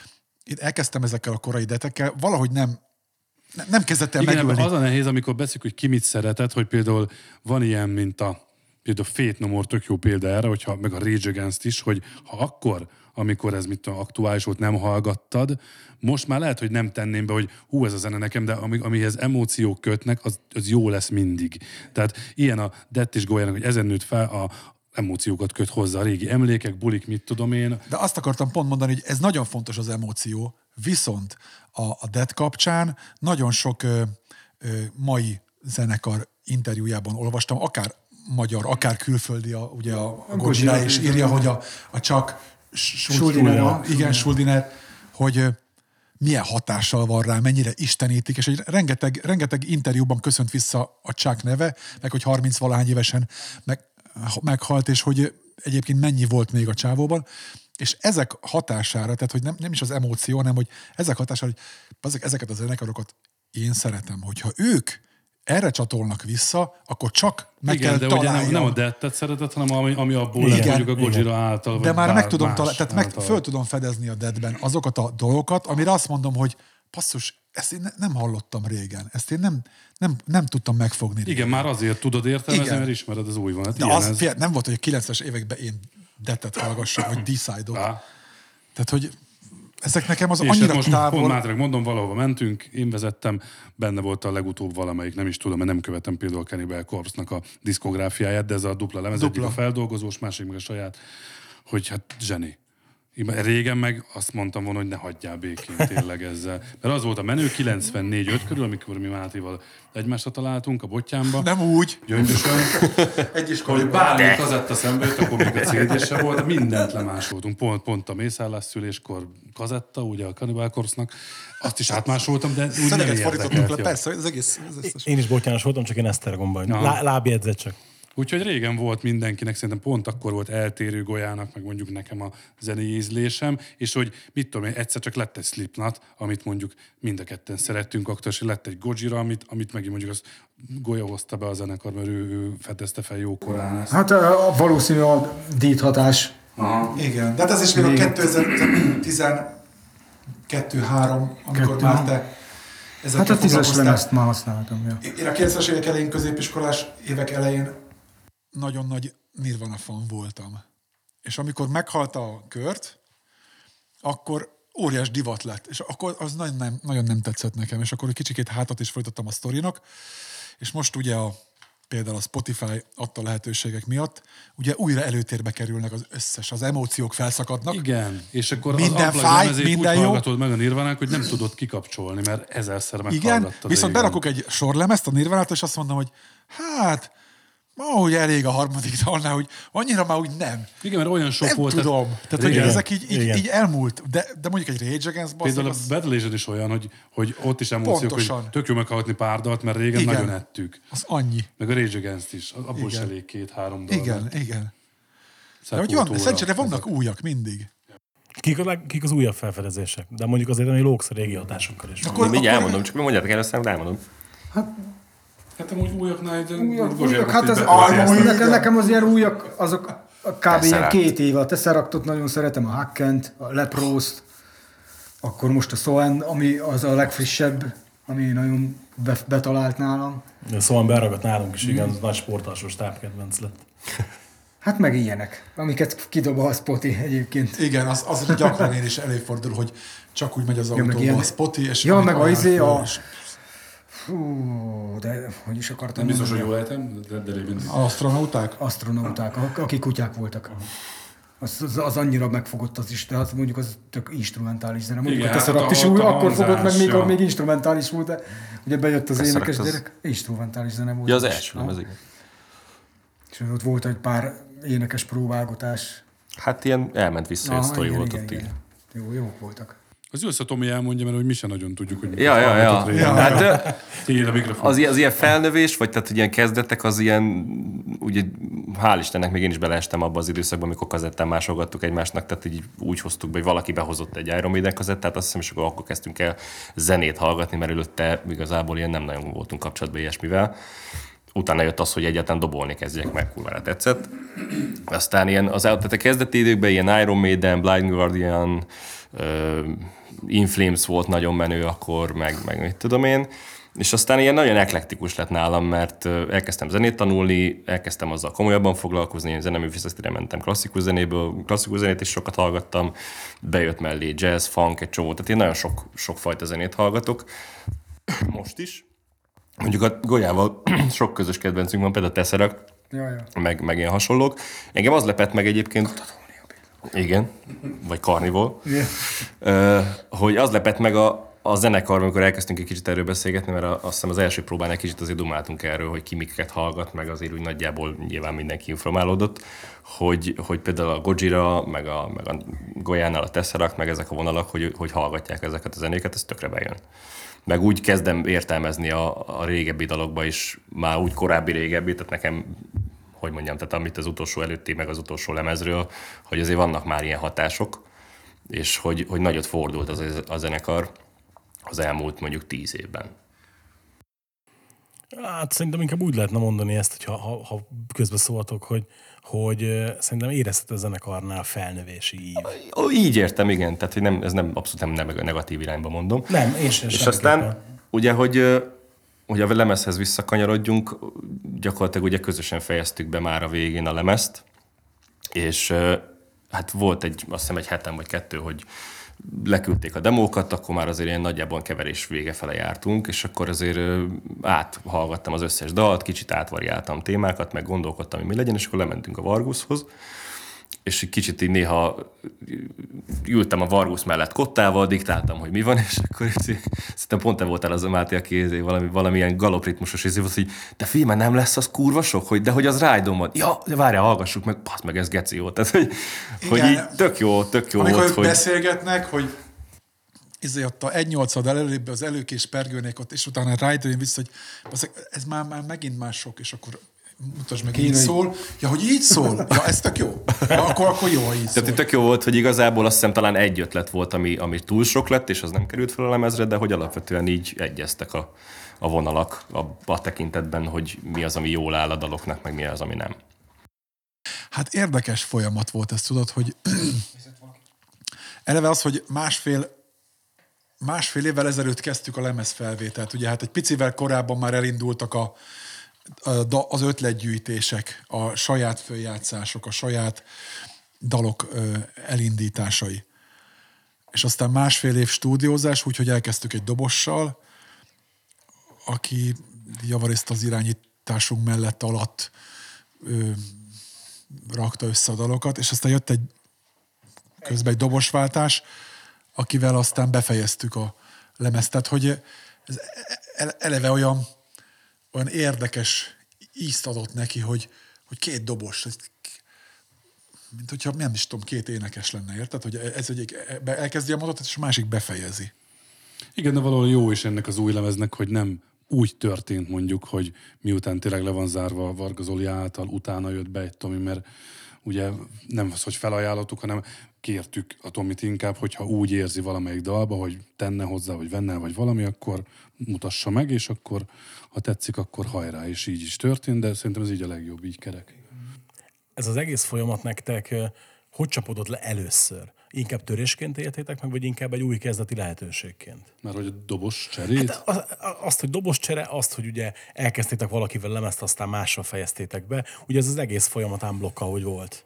én elkezdtem ezekkel a korai detekkel, valahogy nem ne- nem kezdett el Igen, megülni. az a nehéz, amikor beszélünk, hogy ki mit szeretett, hogy például van ilyen, mint a például Fate No More tök jó példa erre, hogyha, meg a Rage Against is, hogy ha akkor, amikor ez mit tudom, aktuális volt, nem hallgattad, most már lehet, hogy nem tenném be, hogy hú, ez a zene nekem, de ami, amihez emóciók kötnek, az, az jó lesz mindig. Tehát ilyen a Death és Golyának, hogy ezen nőtt fel, a emóciókat köt hozzá, a régi emlékek, bulik, mit tudom én. De azt akartam pont mondani, hogy ez nagyon fontos az emóció, viszont a, a Dead kapcsán nagyon sok ö, ö, mai zenekar interjújában olvastam, akár magyar, akár külföldi, a, ugye a, a Gojira is írja, hogy a, a csak Schuldiner, igen, Schuldiner, hogy ö, milyen hatással van rá, mennyire istenítik, és hogy rengeteg, rengeteg interjúban köszönt vissza a Chuck neve, meg hogy harminc-valahány évesen meg, meghalt, és hogy egyébként mennyi volt még a csávóban, és ezek hatására, tehát hogy nem, nem is az emóció, hanem hogy ezek hatására, hogy ezek, ezeket az zenekarokat én szeretem, hogyha ők erre csatolnak vissza, akkor csak meg Igen, kell de ugye találjam. nem, nem a Death-et szeretett, hanem ami, ami abból Igen, lett mondjuk a Gojira igen. által. De vagy már bár meg tudom más találni, tehát meg által. föl tudom fedezni a Deadben azokat a dolgokat, amire azt mondom, hogy passzus, ezt én ne, nem hallottam régen, ezt én nem, nem, nem tudtam megfogni. Igen, régen. már azért tudod értelmezni, Igen. mert ismered az új van. Hát De ilyen az, ez. fél, nem volt, hogy a kilencvenes években én Deadet hallgassak, vagy Decide-ot. Á. Tehát, hogy ezek nekem az És annyira hát most távol. pont Mátrek mondom, valahova mentünk, én vezettem, benne volt a legutóbb valamelyik, nem is tudom, mert nem követem például a Cannibal Corpse-nak a diszkográfiáját, de ez a dupla lemez, Dupla. egyik a feldolgozós, másik meg a saját, hogy hát zseni. Régen meg azt mondtam volna, hogy ne hagyjál békén tényleg ezzel. Mert az volt a menő kilencvennégy öt körül, amikor mi Mátéval egymásra találtunk a bottyámba. Nem úgy. Gyöngyösen. Egy is Hogy bármi kazetta szembe jött, akkor még a cé dé se volt, mindent lemásoltunk. Pont, pont a mészállásszüléskor kazetta, ugye a Cannibal Corpse-nak. Azt is átmásoltam, de úgy nem Szeneget fordítottunk le, érdekelt. persze, az egész. Az összes. Én is botyános voltam, csak én Esztergomban. Aha. Lá, lábjegyzet csak. Úgyhogy régen volt mindenkinek, szerintem pont akkor volt eltérő Golyának, meg mondjuk nekem a zenei ízlésem, és hogy mit tudom én, egyszer csak lett egy Slipknot, amit mondjuk mind a ketten szerettünk, akkor és lett egy Gojira, amit, amit megint mondjuk az Golya hozta be a zenekar, mert ő, ő fedezte fel jókorán ezt. Hát a, valószínű a Deed hatás. Aha. Igen, de hát ez is még a kétezer-tizenkettő három, amikor Kettő. már te ezekkel Hát a tízes foglalkoztál. lemezt már használtam. Ja. Én a kilencvenes évek elején, középiskolás évek elején nagyon nagy Nirvana fan voltam. És amikor meghalt a Kurt, akkor óriás divat lett. És akkor az nagyon nem, nagyon nem tetszett nekem. És akkor egy kicsikét hátat is folytattam a sztorinak. És most ugye a, például a Spotify adta lehetőségek miatt, ugye újra előtérbe kerülnek az összes, az emóciók felszakadnak. Igen, és akkor Minden az fáj, Unplugged lemezét minden úgy jó. hallgatod meg a Nirvanák, hogy nem tudod kikapcsolni, mert ezerszer Igen, meghallgattad. viszont régen. berakok egy sorlemezt a Nirvanától, és azt mondom, hogy hát, ahogy elég a harmadik dalnál, hogy annyira már úgy nem. Igen, mert olyan sok Nem volt. tudom. Tehát, hogy régen- ezek így, így, Igen. így elmúlt. De, de mondjuk egy Rage Against basszik, Például a az, Bad Religion is olyan, hogy, hogy ott is emóciók, Pontosan. hogy tök jó meghallgatni pár dalt, mert régen Igen. nagyon ettük. az annyi. Meg a Rage Against is, abból is Igen. elég két-három dal. Igen, igen. De hogy Sepultura, van, szerencsére vannak ezek. újak mindig. Kik, a, leg- kik az újabb felfedezések? De mondjuk azért, ami lóksz a régi hatásokkal is. Akkor- Mindjárt elmondom, csak mi mondjátok el, aztán elmondom. Hát amúgy újaknál egy Újak, Gozsérnak újak, hát így az, betölti ezt. nekem, nekem az ilyen újak, azok kb. ilyen Tesseract. két év. A Tesseractot nagyon szeretem, a Hackent, a Leproszt, akkor most a Soen, ami az a legfrissebb, ami nagyon be, betalált nálam. De szóval beragadt nálunk is, igen, az nagy sportalsós tápkedvenc lett. Hát meg ilyenek, amiket kidob a Spotify egyébként. Igen, az, az gyakran én is előfordul, hogy csak úgy megy az meg autóba ilyen- a Spotify, és Ja, amit meg a ajánl izé, föl, a- és Hú, de hogy is akartam Nem biztos, hogy mondani? jól ejtem, de, de régen. asztronauták. Asztronauták, ak- akik kutyák voltak. Az, az, az annyira megfogott az is, de hát mondjuk az tök instrumentális zene. Mondjuk Igen, a Tesseract hát is a- úgy, a akkor fogott meg, hangzás, még, ja. még instrumentális volt, de ugye bejött az Tesseract énekes az- gyerek, instrumentális zene volt. Ja, az is. első lemez, igen. És ott volt egy pár énekes próbálgatás. Hát ilyen elment vissza, egy Aha, sztori igen, volt igen, ott így. igen. Jó, jók voltak. Az jössz a Tomi elmondja, mert hogy mi sem nagyon tudjuk, hogy Ja, ja, ja. hallgatod régen. Hát ö, Tiéd a mikrofon. az, ilyen- az ilyen felnövés, vagy tehát hogy ilyen kezdetek, az ilyen, ugye hál' Istennek még én is beleestem abba az időszakban, amikor kazettán másolgattuk egymásnak, tehát így úgy hoztuk be, hogy valaki behozott egy Iron Maiden kazettát, azt hiszem, és akkor, akkor kezdtünk el zenét hallgatni, mert előtte igazából ilyen nem nagyon voltunk kapcsolatban ilyesmivel. Utána jött az, hogy egyáltalán dobolni kezdjek, meg kurvára tetszett. Aztán ilyen, az, tehát a kezdeti időkben ilyen Iron Maiden, Blind Guardian, uh, In Flames volt nagyon menő akkor, meg, meg mit tudom én. És aztán ilyen nagyon eklektikus lett nálam, mert elkezdtem zenét tanulni, elkezdtem azzal komolyabban foglalkozni, én zeneművészetisztre mentem klasszikus zenéből, klasszikus zenét is sokat hallgattam, bejött mellé jazz, funk, egy csomó, tehát én nagyon sok, sok fajta zenét hallgatok, most is. Mondjuk a Golyával sok közös kedvencünk van, például Tesseract, Ja, ja. meg, meg ilyen hasonlók. Engem az lepett meg egyébként, igen, vagy Carnival, Yeah. hogy az lepett meg a, a zenekar, amikor elkezdtünk egy kicsit erről beszélgetni, mert a, azt hiszem az első próbán egy kicsit azért dumáltunk erről, hogy ki miket hallgat, meg azért úgy nagyjából nyilván mindenki informálódott, hogy, hogy például a Gojira, meg a, meg a Golyánál a Tesseract, meg ezek a vonalak, hogy, hogy hallgatják ezeket a zenéket, ez tökre bejön. Meg úgy kezdem értelmezni a, a régebbi dalokba is, már úgy korábbi régebbi, tehát nekem, hogy mondjam, tehát amit az utolsó előtti, meg az utolsó lemezről, hogy azért vannak már ilyen hatások, és hogy, hogy nagyot fordult az a zenekar az elmúlt mondjuk tíz évben. Hát szerintem inkább úgy lehetne mondani ezt, hogy ha, ha, ha közbe szóltok, hogy, hogy uh, szerintem érezhető a zenekarnál felnövési ív. Így értem, igen, tehát hogy nem, ez nem abszolút nem negatív irányba mondom. Nem, én sem. És aztán ugye, hogy, hogy a lemezhez visszakanyarodjunk, gyakorlatilag ugye közösen fejeztük be már a végén a lemezt, és hát volt egy, azt hiszem egy hetem vagy kettő, hogy leküldték a demókat, akkor már azért ilyen nagyjából keverés vége fele jártunk, és akkor azért áthallgattam az összes dalt, kicsit átvariáltam témákat, meg gondolkodtam, hogy mi legyen, és akkor lementünk a Vargushoz, és egy kicsit így néha ültem a Vargus mellett kottával, diktáltam, hogy mi van, és akkor szerintem pont te voltál az a Máté, aki valami, valamilyen galopritmusos izé volt, hogy de figyelj, nem lesz az kurva sok, hogy, de hogy az rájdom van. Ja, de várjál, hallgassuk meg, passz meg, ez geci volt. Tehát, hogy, hogy így tök jó, tök jó amikor volt. Amikor hogy... beszélgetnek, hogy izé ott a egy nyolcad előbb az előkés pergőnék ott, és utána rájön vissza, hogy ez már, már megint már sok, és akkor mutasd meg, így szól. Ja, hogy így szól? Ja, ez tök jó. Ja, akkor, akkor jó, így szól. Tehát tök jó volt, hogy igazából azt hiszem talán egy ötlet volt, ami, ami túl sok lett, és az nem került fel a lemezre, de hogy alapvetően így egyeztek a, a vonalak a, a tekintetben, hogy mi az, ami jól áll a daloknak, meg mi az, ami nem. Hát érdekes folyamat volt ez, tudod, hogy eleve az, hogy másfél másfél évvel ezelőtt kezdtük a lemezfelvételt. Ugye hát egy picivel korábban már elindultak a az ötletgyűjtések, a saját följátszások, a saját dalok elindításai. És aztán másfél év stúdiózás, úgyhogy elkezdtük egy dobossal, aki javarészt az irányításunk mellett alatt ö, rakta össze a dalokat, és aztán jött egy közben egy dobosváltás, akivel aztán befejeztük a lemezt. Tehát, hogy ez eleve olyan olyan érdekes ízt adott neki, hogy, hogy két dobos, mint hogyha nem is tudom, két énekes lenne, érted? Hogy ez egyik elkezdi a mondatot, és a másik befejezi. Igen, de valahol jó is ennek az új lemeznek, hogy nem úgy történt mondjuk, hogy miután tényleg le van zárva Varga Zoli által, utána jött be egy Tomi, mert ugye nem az, hogy felajánlottuk, hanem kértük a Tomit inkább, hogyha úgy érzi valamelyik dalba, hogy tenne hozzá, vagy venne, vagy valami, akkor mutassa meg, és akkor, ha tetszik, akkor hajrá, és így is történt, de szerintem ez így a legjobb, így kerek. Ez az egész folyamat nektek hogy csapódott le először? Inkább törésként éltétek meg, vagy inkább egy új kezdeti lehetőségként? Mert hogy a dobos cserét? Hát az, azt, hogy dobos csere, azt, hogy ugye elkezdtétek valakivel lemezt, aztán másra fejeztétek be. Ugye ez az egész folyamat unblock, ahogy volt.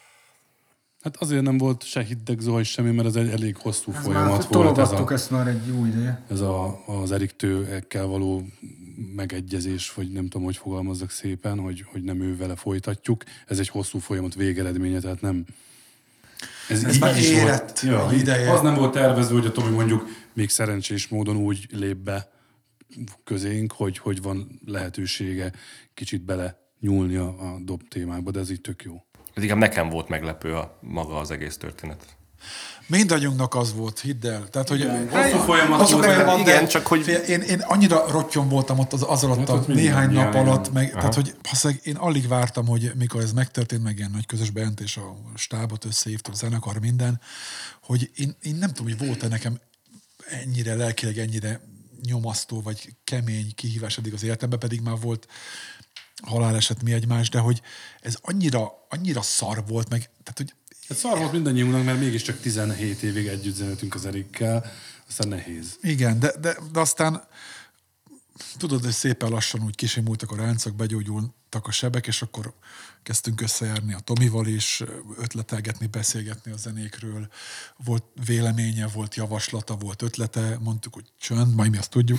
Hát azért nem volt se hiddeg Zohaj semmi, mert ez egy elég hosszú ez folyamat már volt. Ez, a, ezt már egy jó ideje. ez a, az Eriktőekkel való megegyezés, vagy nem tudom, hogy fogalmazzak szépen, hogy, hogy nem ő vele folytatjuk. Ez egy hosszú folyamat végeredménye, tehát nem... Ez, ez már érett ja, ideje. Az nem volt tervezve, hogy a Tomi mondjuk még szerencsés módon úgy lép be közénk, hogy, hogy van lehetősége kicsit bele nyúlni a, a dob témákba, de ez így tök jó. Ez inkább nekem volt meglepő a maga az egész történet. Mindannyiunknak az volt, hidd el. Tehát, hogy hosszú folyamat hosszú volt, folyamat, igen, de csak hogy- Én, én annyira rottyom voltam ott az, az alatt Hát a ott néhány minden, nap igen, alatt, igen. meg, tehát, hogy haszeg, én alig vártam, hogy mikor ez megtörtént, meg ilyen nagy közös bejelentés, a stábot összehívtuk, a zenekar, minden, hogy én, én nem tudom, hogy volt-e nekem ennyire lelkileg, ennyire nyomasztó, vagy kemény kihívás eddig az életemben, pedig már volt haláleset mi egymás, de hogy ez annyira, annyira szar volt, meg, tehát, hogy Hát szar volt mindannyiunknak, mert mégiscsak tizenhét évig együtt zenéltünk az Erikkel, aztán nehéz. igen, de, de, de aztán tudod, hogy szépen lassan úgy kisimultak a ráncok, begyógyultak a sebek, és akkor kezdtünk összejárni a Tomival is, ötletelgetni, beszélgetni a zenékről. Volt véleménye, volt javaslata, volt ötlete, mondtuk, hogy csönd, majd mi azt tudjuk.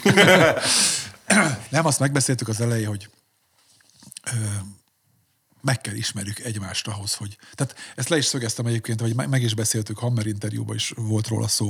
Nem, azt megbeszéltük az elején, hogy ö, meg kell ismerjük egymást ahhoz, hogy... Tehát ezt le is szögeztem egyébként, vagy meg is beszéltük, Hammer interjúban is volt róla szó,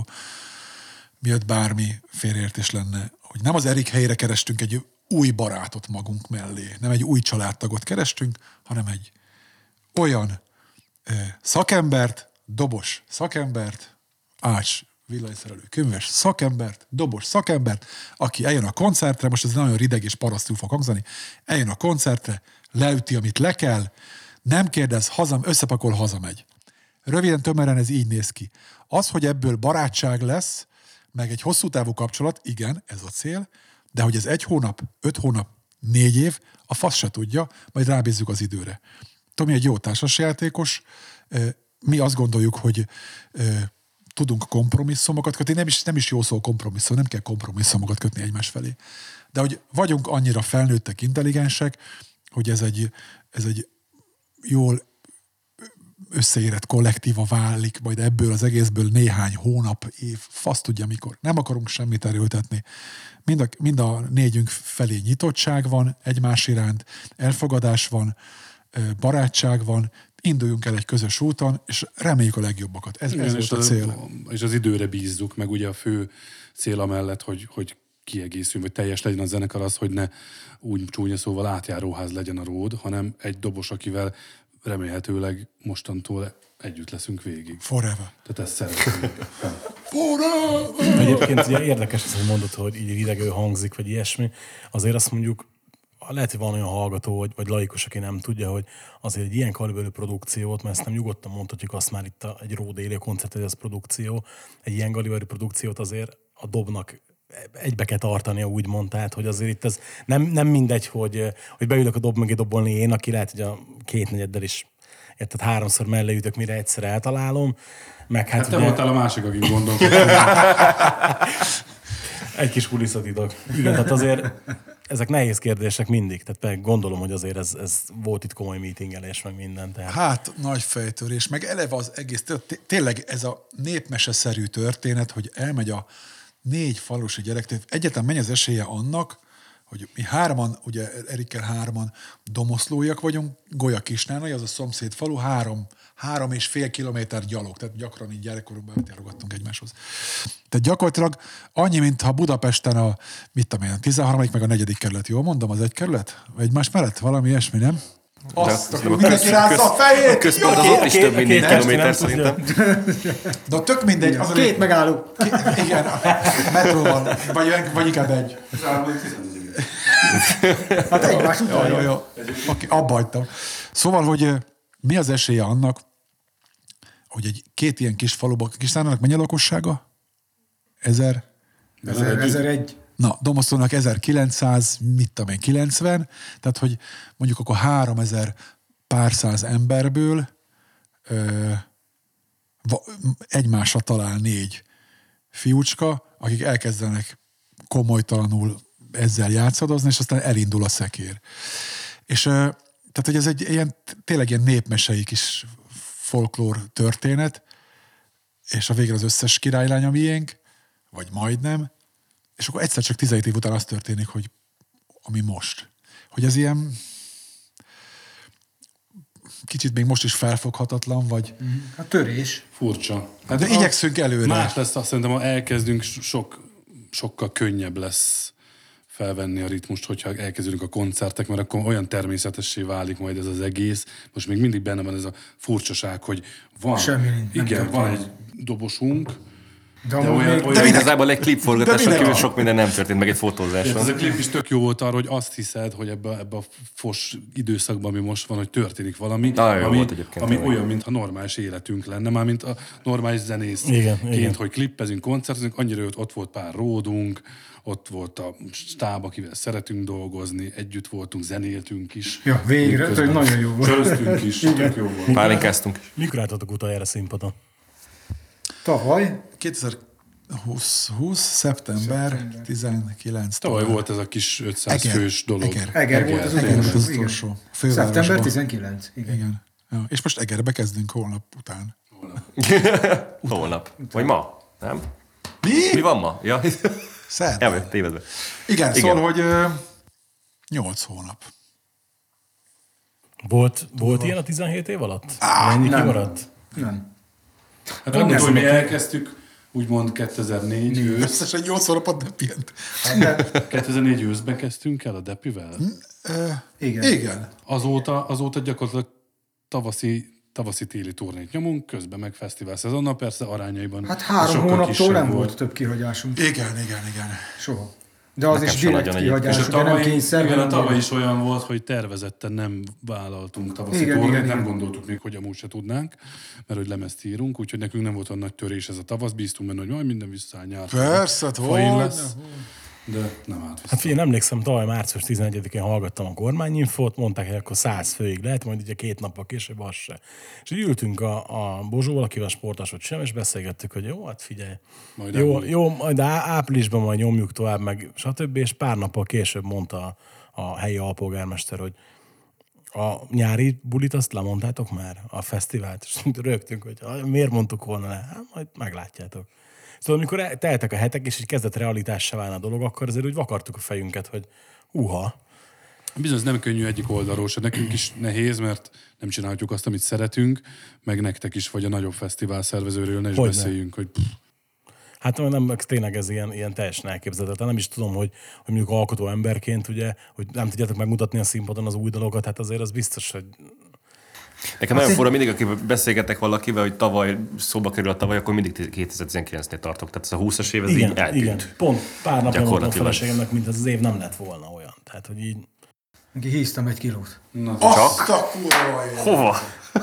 miatt bármi félreértés lenne, hogy nem az Erik helyére kerestünk egy új barátot magunk mellé, nem egy új családtagot kerestünk, hanem egy olyan ö, szakembert, dobos szakembert, ács, villanyszerelő, könyves szakembert, dobos szakembert, aki eljön a koncertre, most ez nagyon rideg és parasztul fog hangzani, eljön a koncertre, leüti, amit le kell, nem kérdez, hazam, összepakol, hazamegy. Röviden, tömören ez így néz ki. Az, hogy ebből barátság lesz, meg egy hosszú távú kapcsolat, igen, ez a cél, de hogy ez egy hónap, öt hónap, négy év, a fasz se tudja, majd rábízzuk az időre. Tomi egy jó társasjátékos, mi azt gondoljuk, hogy tudunk kompromisszumokat kötni, nem is, nem is jó szó kompromisszum, nem kell kompromisszumokat kötni egymás felé. De hogy vagyunk annyira felnőttek, intelligensek, hogy ez egy, ez egy jól összeérett kollektíva válik, majd ebből az egészből néhány hónap, év, fasz tudja mikor. Nem akarunk semmit erőltetni. Mind a, mind a négyünk felé nyitottság van egymás iránt, elfogadás van, barátság van, induljunk el egy közös úton, és reméljük a legjobbakat. Ez, ez volt a cél. És az időre bízzuk, meg ugye a fő cél amellett, hogy, hogy kiegészül, vagy teljes legyen a zenekar az, hogy ne úgy csúnya szóval átjáróház legyen a Ród, hanem egy dobos, akivel remélhetőleg mostantól együtt leszünk végig. Forever. Tehát ezt szeretnénk. Forever! Egyébként ugye érdekes az, hogy mondod, hogy így ridegő hangzik, vagy ilyesmi. Azért azt mondjuk, lehet, hogy van olyan hallgató, vagy, vagy laikus, aki nem tudja, hogy azért egy ilyen kaliberű produkciót, mert ezt nem nyugodtan mondhatjuk, azt már itt a, egy Ród élő koncert, ez produkció, egy ilyen kaliberű produkciót azért a dobnak egybe kell tartania, úgymond, tehát, hogy azért itt ez nem, nem mindegy, hogy, hogy beülök a dob mögé dobolni én, aki lehet, hogy a kétnegyeddel is, érted, háromszor mellé ütök, mire egyszer eltalálom, meg hát, Hát te ugye, voltál a másik, akik gondolkodtak. egy kis kulisszatitok. Igen, tehát azért ezek nehéz kérdések mindig, tehát gondolom, hogy azért ez, ez volt itt komoly meetingelés, meg minden. Tehát. Hát, nagy fejtörés, meg eleve az egész, tényleg ez a népmeseszerű történet, hogy elmegy a négy falusi gyerek, egyáltalán mennyi az esélye annak, hogy mi hárman, ugye Erikkel hárman domoszlóiak vagyunk, Golya Kisnánai, az a szomszéd falu, három, három és fél kilométer gyalog, tehát gyakran így gyerekkorunkban eljárogattunk egymáshoz. Tehát gyakorlatilag annyi, mintha Budapesten a, mit tudom én, tizenharmadik meg a negyedik kerület, jól mondom, az egy kerület? Egymás mellett? Valami ilyesmi, nem? Azt, akkor mindenki rázza a fejét! A központ az ott is több mint négy kilométer szerintem. De tök mindegy. Az Két a megálló. Ki, igen, metróval, vagy, vagy inkább egy. Hát egymás Jó, után. jó, jó. Oké, abba hagytam. Szóval, hogy mi az esélye annak, hogy egy két ilyen kis faluban, Kisnánának mennyi a lakossága? Ezer? Ezer-egy. Na, Domoszlónak ezerkilencszáz, mit tudom én, kilencven, tehát, hogy mondjuk akkor háromezer pár száz emberből ö, va, egymásra talál négy fiúcska, akik elkezdenek komolytalanul ezzel játszadozni, és aztán elindul a szekér. És ö, tehát, hogy ez egy ilyen, tényleg ilyen népmesei kis folklór történet, és a végre az összes királylány a miénk, vagy majdnem, és akkor egyszer csak tizenhét év után az történik, hogy ami most. Hogy ez ilyen kicsit még most is felfoghatatlan, vagy... A törés. Furcsa. Hát de igyekszünk előre. Más lesz, azt szerintem, ha elkezdünk, sok, sokkal könnyebb lesz felvenni a ritmust, hogyha elkezdődünk a koncertek, mert akkor olyan természetessé válik majd ez az egész. Most még mindig benne van ez a furcsaság, hogy van, Semmi nincs, nem igen, történik. van egy dobosunk, De, de amúgy olyan, még- olyan, De olyan igazából egy klipforgatáson minek? kívül sok minden nem történt, meg egy ez fotózáson. a klip is tök jó volt arra, hogy azt hiszed, hogy ebbe, ebbe a fos időszakban, ami most van, hogy történik valami, Nagyon jó ami, volt egyébként, ami tényleg. olyan, mintha normális életünk lenne, már mint a normális zenészként, Igen, igen. hogy klippezünk, koncertezünk, annyira ott, ott volt pár ródunk, ott volt a stáb, akivel szeretünk dolgozni, együtt voltunk, zenéltünk is. Ja, végre, Közben tehát nagyon jó volt. Csöröztünk is, tök jó volt. Pálinkáztunk. Mikor álltatok utoljára színpadon? Tavaly, kétezer-húsz húsz szeptember tizenkilenc. Tavaly volt ez a kis ötszáz Eger. fős dolog. Eger. Eger volt az Eger utolsó. volt az igen. utolsó. Fővárosban. Szeptember tizenkilenc. Igen. Igen. Ja. És most Egerbe kezdünk holnap után. Holnap. Vagy ma, nem? Mi? Mi van ma? Ja, Szerdán. elvett, tévedve. Igen, Igen. szóval, hogy ö, nyolc hónap. Volt, volt ilyen a tizenhét év alatt? Ennyi nem. kimaradt? Nem. Hát annak, hogy mi elkezdtük, úgymond kétezer-négy ősz. Összesen nyolc hónapot nem pihent. kétezer-négy őszben kezdtünk el a Depivel. Ö, Igen. igen. Azóta, azóta gyakorlatilag tavaszi, tavaszi-téli turnét nyomunk, közben meg fesztivál szezonnal, persze arányaiban. Hát három sokkal hónaptól kisebb nem volt több kihagyásunk. Igen, igen, igen. Soha. De az Nekem is sem direkt nagyon kihagyás, És a ugye nem tavaly, kényszer. igen, a hanem tavaly direkt. is olyan volt, hogy tervezetten nem vállaltunk tavaszi Igen, turnét, igen, nem igen. gondoltuk még, hogy amúgy se tudnánk, mert hogy lemezt írunk, úgyhogy nekünk nem volt olyan nagy törés ez a tavasz, bíztunk benne, hogy majd minden visszaáll nyár. Persze, hát Fain hogy lesz, de nem állt vissza. Hát figyelj, emlékszem, tavaly március tizenegyedikén hallgattam a kormányinfót, mondták, hogy akkor száz főig lehet, majd ugye két nappal később az se. És így ültünk a, a Bozsóval, akivel sportosod sem, és beszélgettük, hogy jó, hát figyelj, Majd jó, elmúlik. jó, majd á- áprilisban majd nyomjuk tovább, meg stb. És pár nappal később mondta a, a helyi alpolgármester, hogy a nyári bulit azt lemondtátok már, a fesztivált, és rögtünk, hogy "Ah, miért mondtuk volna le, hát majd meglátjátok. Szóval amikor el- teltek a hetek, és így kezdett realitássá válni a dolog, akkor azért úgy vakartuk a fejünket, hogy húha, Bizony, ez nem könnyű egyik oldalról se. Nekünk is nehéz, mert nem csináljuk azt, amit szeretünk, meg nektek is, vagy a nagyobb fesztivál szervezőről ne is Hogyne. beszéljünk, hogy pff, hát nem, tényleg ez ilyen, ilyen teljesen elképzelhetetlen. Nem is tudom, hogy, hogy mondjuk alkotó emberként, ugye, hogy nem tudjátok megmutatni a színpadon az új dalokat, hát azért az biztos, hogy Nekem nagyon fura, mindig, aki beszélgetek valakivel, hogy tavaly szóba kerül a tavaly, akkor mindig kétezer-tizenkilencnél tartok. Tehát ez a húszas év, ez igen, így eltűnt. igen. Pont pár napja mondtam a Gyakorlatilag. feleségemnek, mint az, az év nem lett volna olyan. Tehát, hogy így Neki híztam egy kilót. Azt a kurva élet. Hova?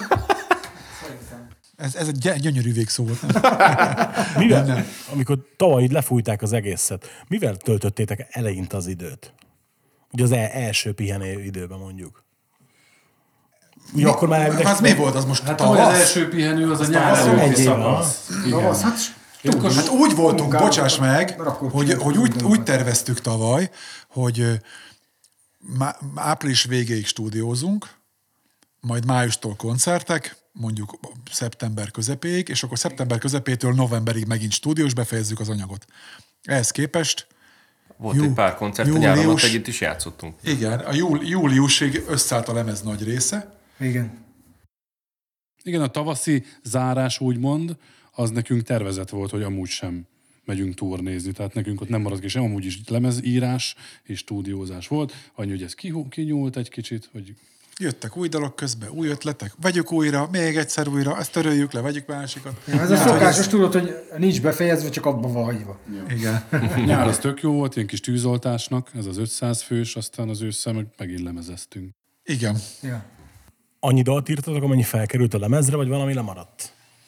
Ez, ez egy gy- gyönyörű végszó volt. mivel, Nem. amikor tavaly így lefújták az egészet, mivel töltöttétek eleinte az időt? Ugye az el- első pihenő időben mondjuk. Ugye akkor már elvileg- Az mi volt? Az most hát tavasz? az első pihenő az a nyár tavasz előtti egy év, szakasz. Igen. Ravasz, hát Akkor Hát úgy voltunk, Munkálunk, bocsáss meg, akkor hogy, csináltuk hogy úgy, dolgokat. úgy terveztük tavaly, hogy ö, má, április végéig stúdiózunk, majd májustól koncertek, mondjuk szeptember közepéig, és akkor szeptember közepétől novemberig megint stúdiós, befejezzük az anyagot. Ehhez képest, Volt Jú- egy pár koncert, a július- nyáron ott együtt is játszottunk. igen, a júl, júliusig összeállt a lemez nagy része. igen. Igen, a tavaszi zárás úgymond, az nekünk tervezett volt, hogy amúgy sem megyünk turnézni. Tehát nekünk ott nem maradt ki sem, amúgy is lemezírás és stúdiózás volt. Annyi, hogy ez ki- kinyúlt egy kicsit, hogy Jöttek új dalok közben, új ötletek, vegyük újra, még egyszer újra, ezt töröljük le, vegyük másikat. Ja, ez a szokásos, tudod, hogy nincs befejezve, csak abba van hagyva. Igen. nyár az tök jó volt, ilyen kis tűzoltásnak, ez az ötszáz fős, aztán az ősszel meg megint lemezeztünk. Igen. Ja. annyi dalt írtatok, amennyi felkerült a lemezre, vagy valami lemaradt?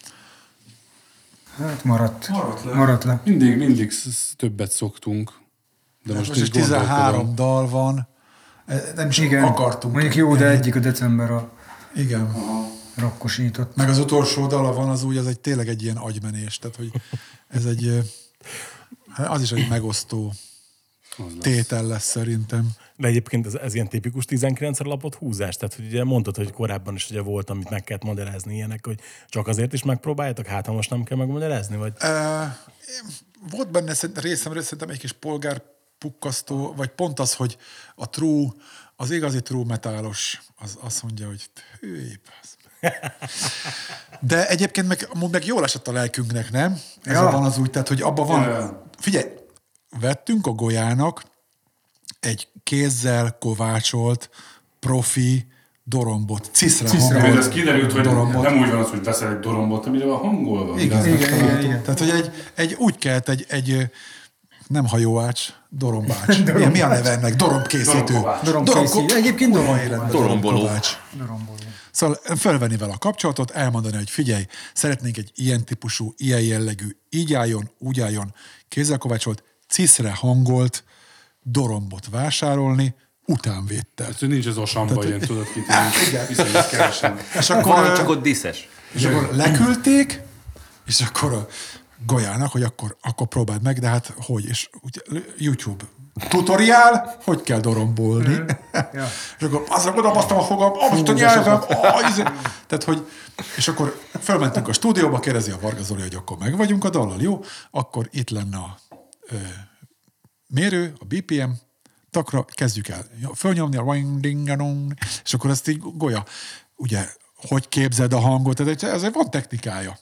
Hát maradt. Maradt le. Maradt le. Mindig, mindig sz- sz- többet szoktunk. De most, Most is is tizenhárom gondolkodom. dal van, E, nem is Igen. akartunk. Mondjuk jó, de egyik a december a Igen. rakkosított. Meg az utolsó dala van, az úgy, az egy tényleg egy ilyen agymenés, tehát hogy ez egy, ö, az is egy megosztó Az lesz. tétel lesz szerintem. De egyébként ez, ez ilyen tipikus tizenkilenc lapot húzás. Tehát hogy ugye mondtad, hogy korábban is ugye volt, amit meg kellett magyarázni ilyenek, hogy csak azért is megpróbáljátok, hát ha most nem kell megmagyarázni, vagy Uh, volt benne szerint- részemről szerintem egy kis polgárpukkasztó, vagy pont az, hogy a true, az igazi true metálos, az azt mondja, hogy hű, passz. De egyébként meg, amúgy meg jól esett a lelkünknek, nem? Ez Ja. a van az úgy, tehát, hogy abban van... Ja. Figyelj, vettünk a Golyának egy kézzel kovácsolt profi dorombot, ciszre Ciszre. Mert hangolt ez kiderült, hogy dorombot. nem úgy van az, hogy veszel egy dorombot, amire van hangolva. Igen, Igen, igen, igen. Tehát, hogy egy, egy úgy kelt egy, egy nem hajóács, dorombács. Milyen, mi a neve ennek? Dorombkészítő. Doromkovács. Doromkészítő. Egyébként Kurva doromboló. életben Doromboló. doromkovács. Doromboló. Szóval fölvenni vele a kapcsolatot, elmondani, hogy figyelj, szeretnénk egy ilyen típusú, ilyen jellegű, így álljon, úgy álljon, kézzel kovácsolt, ciszre hangolt dorombot vásárolni, utánvédtel. Hát, hogy nincs az osamban ilyen, tudod, kit Igen. viszonylag keresen. És akkor, Van, ö, csak ott diszes. és akkor leküldték, és akkor a Golyának, hogy akkor, akkor próbáld meg, de hát hogy? És úgy, YouTube tutoriál, hogy kell dorombolni. Ja. És akkor azok odabasztam a fogam, ah, most a nyelvem, ah, izé. Tehát, hogy, és akkor fölmentünk a stúdióba, kérdezi a Varga Zoli, hogy akkor meg vagyunk a dallal, jó? Akkor itt lenne a ö, mérő, a bé pé em, takra kezdjük el. Fölnyomni a ring ding dong, és akkor ezt így Golya, ugye, hogy képzeld a hangot, ez ezért van technikája.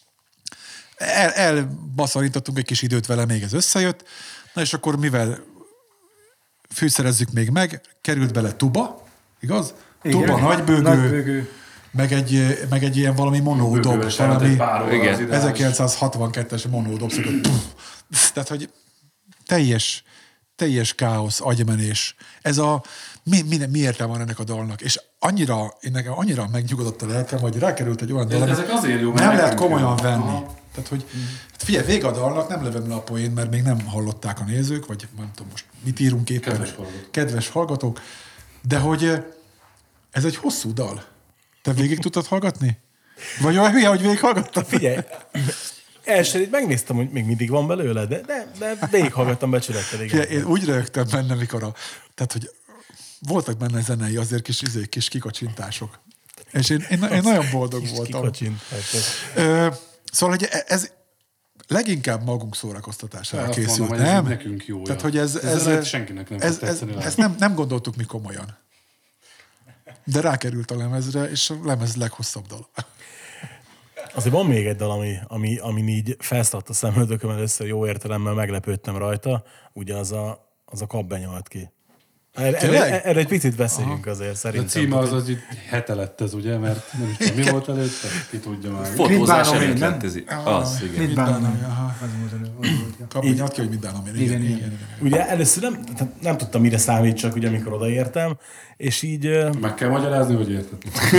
El, elbaszorítottunk egy kis időt vele, még ez összejött, na és akkor mivel fűszerezzük még meg, került bele tuba, igaz? Igen. Tuba, nagybőgő, Nagybőgő. meg egy, meg egy ilyen valami monódob, Bőgős valami egy pár óra igen. az ideális. ezerkilencszázhatvankettes monódob, szóval pff, tehát, hogy teljes, teljes káosz, agymenés. Ez a, mi, mi, mi értelme van ennek a dalnak? És annyira, én nekem annyira megnyugodott a lelkem, hogy rákerült egy olyan dal, amit ezek azért jó, mert nem lehet nekünk komolyan jó. venni. Aha. Tehát, hogy hát figyelj, vége a dalnak, nem lövöm le a poén, mert még nem hallották a nézők, vagy nem tudom most, mit írunk éppen. Kedves hallgatók. Kedves hallgatók. De hogy eh, ez egy hosszú dal. Te végig tudtad hallgatni? Vagy olyan hülye, hogy végighallgattad? Figyelj, elsőre megnéztem, hogy még mindig van belőle, de, de, de végighallgattam becsülettel. Figyelj, én úgy rögtem benne, mikor a... Tehát, hogy voltak benne zenei azért kis, izé, kis kikacsintások. És én, én, én nagyon boldog voltam. Kikacsintások. Ö, szóval, hogy ez leginkább magunk szórakoztatására Azt készült, mondom, hogy ez nem? nekünk jó. Tehát, hogy ez, ez, ez, ez senkinek nem ez, fog ez, tetszeni. ezt nem, nem gondoltuk mi komolyan. De rákerült a lemezre, és a lemez leghosszabb dal. Azért van még egy dal, ami, ami, ami így felszaladt a szemöldököm először, jó értelemmel meglepődtem rajta, ugye az a, az a kap benyalt ki. Erre, erre, erre egy picit beszéljünk azért, A szerintem. címe az, az itt hete lett ez, ugye? Mert nem is tudom, mi volt előtte, ki tudja már. Fotózás bánom én, előtt nem? lett ez. Az, igen. Mit Minden, bánom? aha. Az volt elő- az volt, ja. Kap benyalt ki, hogy minden, ami. Igen, igen, igen. igen, igen. Ugye először nem, tehát nem tudtam, mire számítsak, ugye, amikor odaértem, és így ö, Meg kell magyarázni, hogy érted?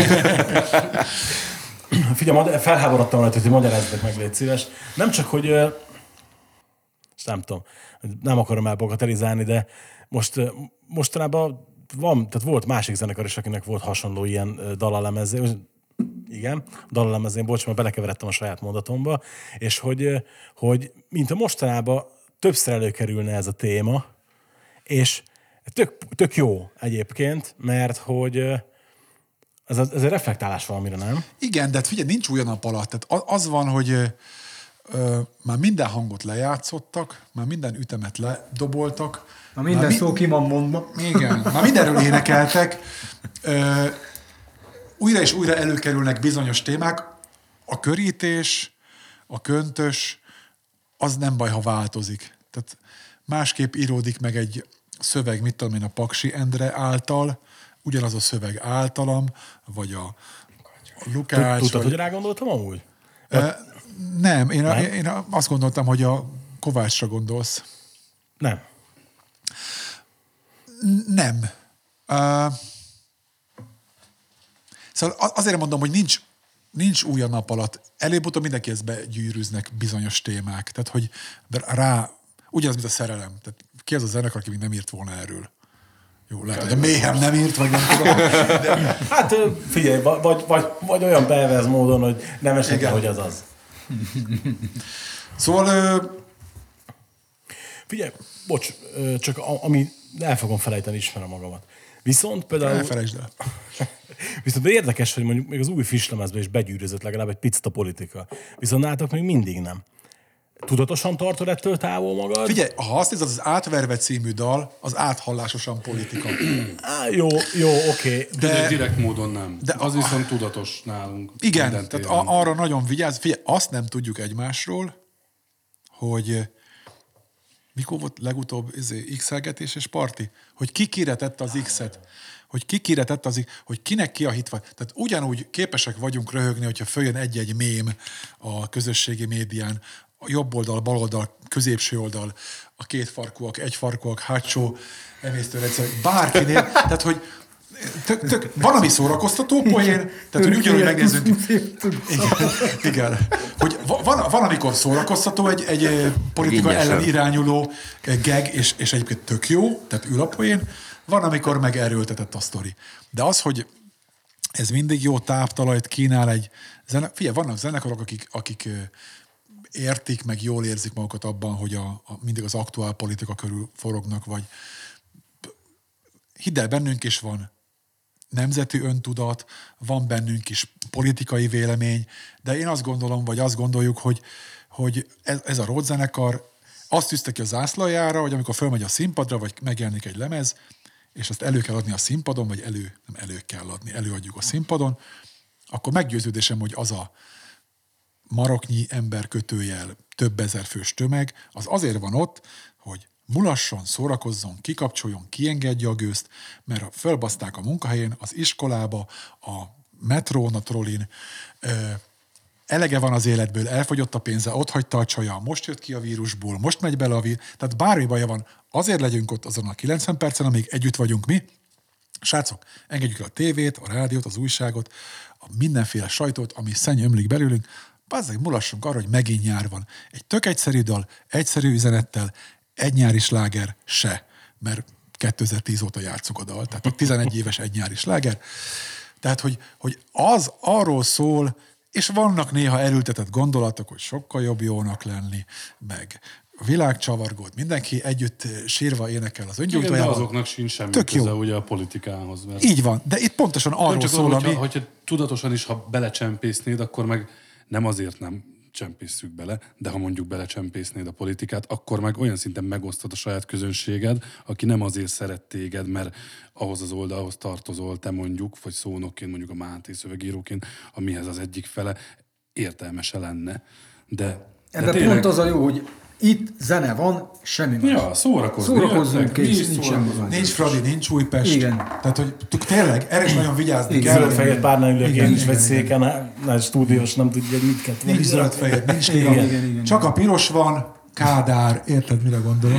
figyelj, magy- felháborodtam rajta, hogy magyarázzatok meg, légy szíves. Nem csak, hogy ö, és nem tudom, nem akarom elbogatelizálni, de most ö, mostanában van, tehát volt másik zenekar is, akinek volt hasonló ilyen ö, dalalemezé, igen, dalalemezén, bocs, mert belekeveredtem a saját mondatomba, és hogy, ö, hogy mint a mostanában többször előkerülne ez a téma, és tök, tök jó egyébként, mert hogy ö, ez, a- ez egy reflektálás valamire, nem? Igen, de hát figyelj, nincs új a nap alatt. Tehát a- az van, hogy ö, ö, már minden hangot lejátszottak, már minden ütemet ledoboltak. Na minden már mi- szó ki van mondva. Igen, már mindenről énekeltek. Ö, újra és újra előkerülnek bizonyos témák. A körítés, a köntös, az nem baj, ha változik. Tehát másképp íródik meg egy szöveg, mit tudom én, a Paksi Endre által, ugyanaz a szöveg általam, vagy a, a Lukács. Tudtad, vagy... hogy rá gondoltam amúgy? Ö, nem, én, Nem? én azt gondoltam, hogy a Kovácsra gondolsz. Nem. Nem. Uh, szóval a- azért mondom, hogy nincs, nincs új a nap alatt. Előbb-utóbb mindenkihez begyűrűznek bizonyos témák. Tehát, hogy de rá, ugyanaz, mint a szerelem. Tehát ki az a zenekar, aki még nem írt volna erről? Jó, lehet, hogy a méhem nem írt, vagy nem tudom. De, Hát ö, figyelj, vagy, vagy, vagy, vagy olyan perverz módon, hogy nem esett Igen. le, hogy az az. szóval ö, Figyelj, bocs, ö, csak a, ami el fogom felejteni, ismerem magamat. Viszont például... ne felejtsd el. Viszont érdekes, hogy mondjuk még az új Fislemezben is begyűrűzött legalább egy picit a politika. Viszont nálatok még mindig nem. Tudatosan tartod ettől távol magad? Figyelj, ha azt nézed, az Átverve című dal, az áthallásosan politika. Á, jó, jó, oké. De De direkt módon nem. de De az a- viszont tudatos nálunk. igen, minden tehát téren. a, arra nagyon vigyázz. Figyelj, azt nem tudjuk egymásról, hogy mikor volt legutóbb X-elgetés és parti? Hogy ki kire tette az X-et? Hogy ki kire tette az X-et? Hogy kinek ki a hitva? Tehát ugyanúgy képesek vagyunk röhögni, hogyha följön egy-egy mém a közösségi médián, a jobb oldal, bal oldal, középső oldal, a két farkúak, egy farkúak, hátsó emésztőrendszer, bárkinél. Tehát, hogy tök, tök, van, ami szórakoztató poén, tehát, hogy ugyanúgy megnézzünk. Igen, igen. Hogy van, van, amikor szórakoztató egy, egy politika ellen irányuló gag, és, és egyébként tök jó, tehát ül a poén, van, amikor meg erőltetett a sztori. De az, hogy ez mindig jó táptalajt kínál egy zene... Figyelj, vannak zenekarok, akik, akik értik, meg jól érzik magukat abban, hogy a, a, mindig az aktuál politika körül forognak, vagy hidd el, bennünk is van nemzeti öntudat, van bennünk is politikai vélemény, de én azt gondolom, vagy azt gondoljuk, hogy, hogy ez, ez a rockzenekar azt tűzte ki a zászlajára, hogy amikor fölmegy a színpadra, vagy megjelenik egy lemez, és azt elő kell adni a színpadon, vagy elő, nem elő kell adni, előadjuk a színpadon, akkor meggyőződésem, hogy az a maroknyi ember kötőjel, több ezer fős tömeg, az azért van ott, hogy mulasson, szórakozzon, kikapcsoljon, kiengedje a gőzt, mert fölbaszták a munkahelyén, az iskolába, a metrón, a trollin, ö, elege van az életből, elfogyott a pénze, ott hagyta a csaja, most jött ki a vírusból, most megy bele a vírus, tehát bármi baja van, azért legyünk ott azon a kilencven percen, amíg együtt vagyunk mi. Srácok, engedjük el a tévét, a rádiót, az újságot, a mindenféle sajtót, ami szenny ömlik belőlünk, bazzeg, mulassunk arra, hogy megint nyár van. Egy tök egyszerű dal, egyszerű üzenettel, egy nyári sláger se, mert kétezer-tíz óta játszuk a dal, tehát a tizenegy éves egy nyári sláger. Tehát, hogy, hogy az arról szól, és vannak néha elültetett gondolatok, hogy sokkal jobb jónak lenni, meg a világ csavargót, mindenki együtt sírva énekel az öngyújtójával. De azoknak sincs semmi tök köze jó. ugye a politikához. Mert így van, de itt pontosan arról csak szól, hogyha, ami... hogyha tudatosan is, ha belecsempésznéd, akkor meg nem azért nem csempészszük bele, de ha mondjuk belecsempésznéd a politikát, akkor meg olyan szinten megosztod a saját közönséged, aki nem azért szeret téged, mert ahhoz az oldalhoz tartozol, te mondjuk, vagy szónokként, mondjuk a Máté szövegíróként, amihez az egyik fele értelmese lenne. De, de Ebben tényleg... pont az a jó, hogy itt zene van, semmi más. Ja, szórakozni. Szórakozzunk, jöttek, mi kész, is nincs szórakozunk. Nincs Fradi, nincs Újpest. Igen. Tehát, hogy tuk, tényleg, erre is nagyon vigyázni Igen. kell. Zöld-fehér párnán ülök Igen, én is, igen, vagy igen. széken, a stúdiós nem tudja, hogy mit kell tenni. Nincs zöld-fehér, nincs Igen, lila. igen, igen. Csak a piros van, Kádár, érted, mire gondolok?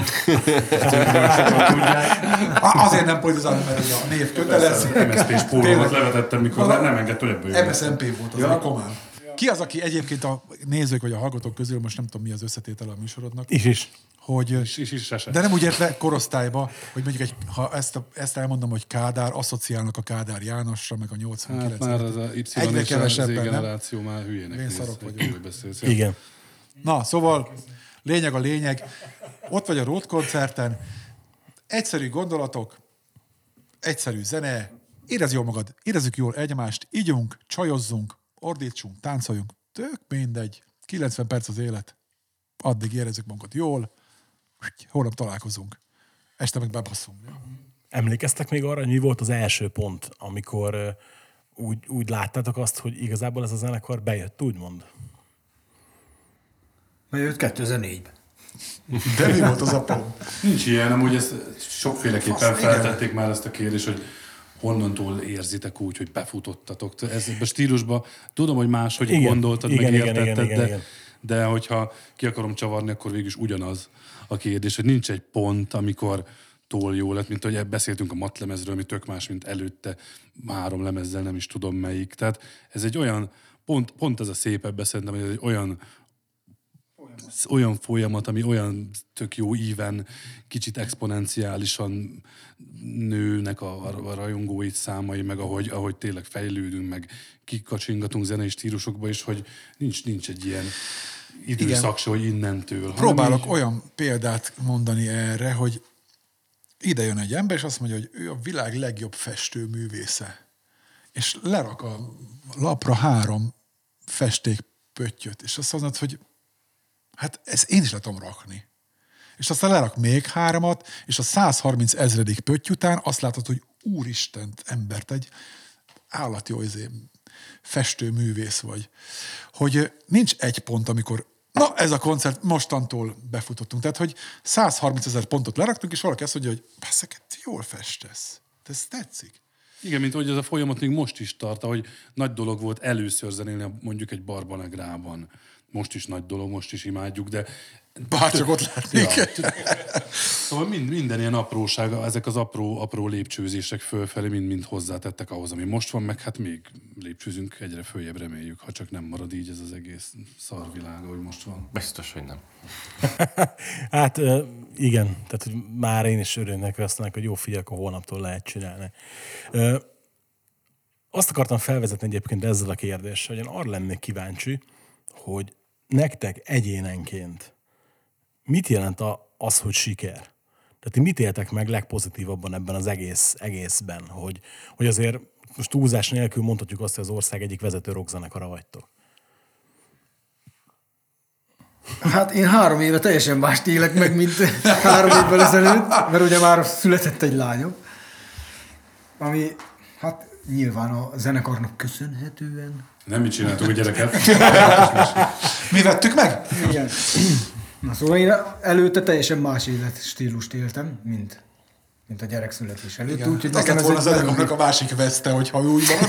Azért nem politizálom, mert a név kötelező. em es zé pés pólómat Tényleg. levetettem, mikor Az a- nem engedte, hogy ebből em es zé pé volt az, ja. komán. Ki az, aki egyébként a nézők vagy a hallgatók közül, most nem tudom, mi az összetétele a műsorodnak, Is is. hogy... És, és, és se se. De nem úgy értve korosztályba, hogy mondjuk, egy, ha ezt, a, ezt elmondom, hogy Kádár, asszociálnak a Kádár Jánosra, meg a nyolcvankilenc. Hát már az a Y Egyre és az kevesebben, nem? generáció már hülyének Én néz, szarok hogy vagyok. hogy beszélsz. Igen. Na, szóval lényeg a lényeg. Ott vagy a Rót koncerten, egyszerű gondolatok, egyszerű zene, érezd jól magad, érezzük jól egymást, ígyunk, csajozzunk, ordítsunk, táncoljunk, tök mindegy, kilencven perc az élet, addig érezzük magunkat jól, holnap találkozunk, este meg bebasszunk. Emlékeztek még arra, hogy mi volt az első pont, amikor ö, úgy, úgy láttátok azt, hogy igazából ez a zenekar bejött, úgymond? Bejött kétezer-négyben. De mi volt az a pont? Nincs ilyen, amúgy ezt sokféleképpen Fasz, feltették már ezt a kérdést, hogy honnantól érzitek úgy, hogy befutottatok. Ez a stílusban tudom, hogy máshogy Igen. gondoltad, Igen, meg igen, értetted, igen, igen, de, igen. de hogyha ki akarom csavarni, akkor végül is ugyanaz a kérdés, hogy nincs egy pont, amikor tól jó lett, mint hogy beszéltünk a matlemezről, ami tök más, mint előtte három lemezzel, nem is tudom melyik. Tehát ez egy olyan, pont, pont ez a szép ebben szerintem, hogy ez egy olyan olyan folyamat, ami olyan tök jó íven, kicsit exponenciálisan nőnek a, a rajongói számai, meg ahogy, ahogy tényleg fejlődünk, meg kikacsingatunk zenei stílusokba is, hogy nincs, nincs egy ilyen időszak se, hogy innentől. Próbálok így... olyan példát mondani erre, hogy ide jön egy ember, és azt mondja, hogy ő a világ legjobb festőművésze. És lerak a lapra három festékpöttyöt, és azt mondod, hogy hát ezt én is le tudom rakni. És aztán lerak még háromat, és a százharminc ezredik pötty után azt látod, hogy úristen, embert, egy állatjó izé, festőművész vagy. Hogy nincs egy pont, amikor Na, ez a koncert mostantól befutottunk. Tehát, hogy száz harminc ezer pontot leraktunk, és valaki azt mondja, hogy basszeket, jól festesz. Ez tetszik. Igen, mint hogy ez a folyamat még most is tart, ahogy nagy dolog volt először zenélni mondjuk egy Barbanegrában. Most is nagy dolog, most is imádjuk, de... Bárcsak ott lennék. Ja, szóval mind, minden ilyen apróság, ezek az apró, apró lépcsőzések fölfelé mind-mind hozzátettek ahhoz, ami most van, meg hát még lépcsőzünk egyre följebb, reméljük, ha csak nem marad így ez az egész szarvilág, ahogy most van. Biztos, hogy nem. Hát igen, tehát hogy már én is örülnek vesznek, hogy jó, figyelj, akkor holnaptól lehet csinálni. Azt akartam felvezetni egyébként ezzel a kérdéssel, hogy én arra lennék kíváncsi, hogy nektek egyénenként mit jelent az, hogy siker? Tehát ti mit éltek meg legpozitívabban ebben az egész, egészben? Hogy, hogy azért most túlzás nélkül mondhatjuk azt, hogy az ország egyik vezető rockzenekara vagytok. Hát én három éve teljesen mást élek meg, mint három évvel ezelőtt, mert ugye már született egy lányom, ami hát nyilván a zenekarnak köszönhetően. Nem mit csináltuk a gyereket? Mi vettük meg? Igen. Na szóval én előtte teljesen más életstílust éltem, mint, mint a gyerek születés előtt. Igen. Úgyhogy Azt nekem lett volna az egy zenekarnak a másik veszte, hogyha úgy van.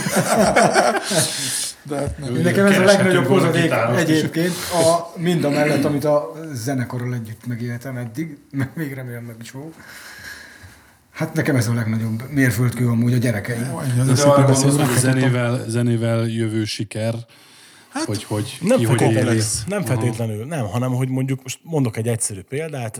De hát nem. Nekem ez a legnagyobb volna hozadék gitárost is. egyébként, a, mind a mellett, amit a zenekarral együtt megéltem eddig, meg még remélem meg is fogok. Hát nekem ez a legnagyobb mérföldkő amúgy a gyerekeim. De, de arra gondolsz, hogy a zenével, zenével jövő siker, hát, hogy, hogy Nem ki, hogy éli. feltétlenül, nem feltétlenül, nem, hanem hogy mondjuk, most mondok egy egyszerű példát,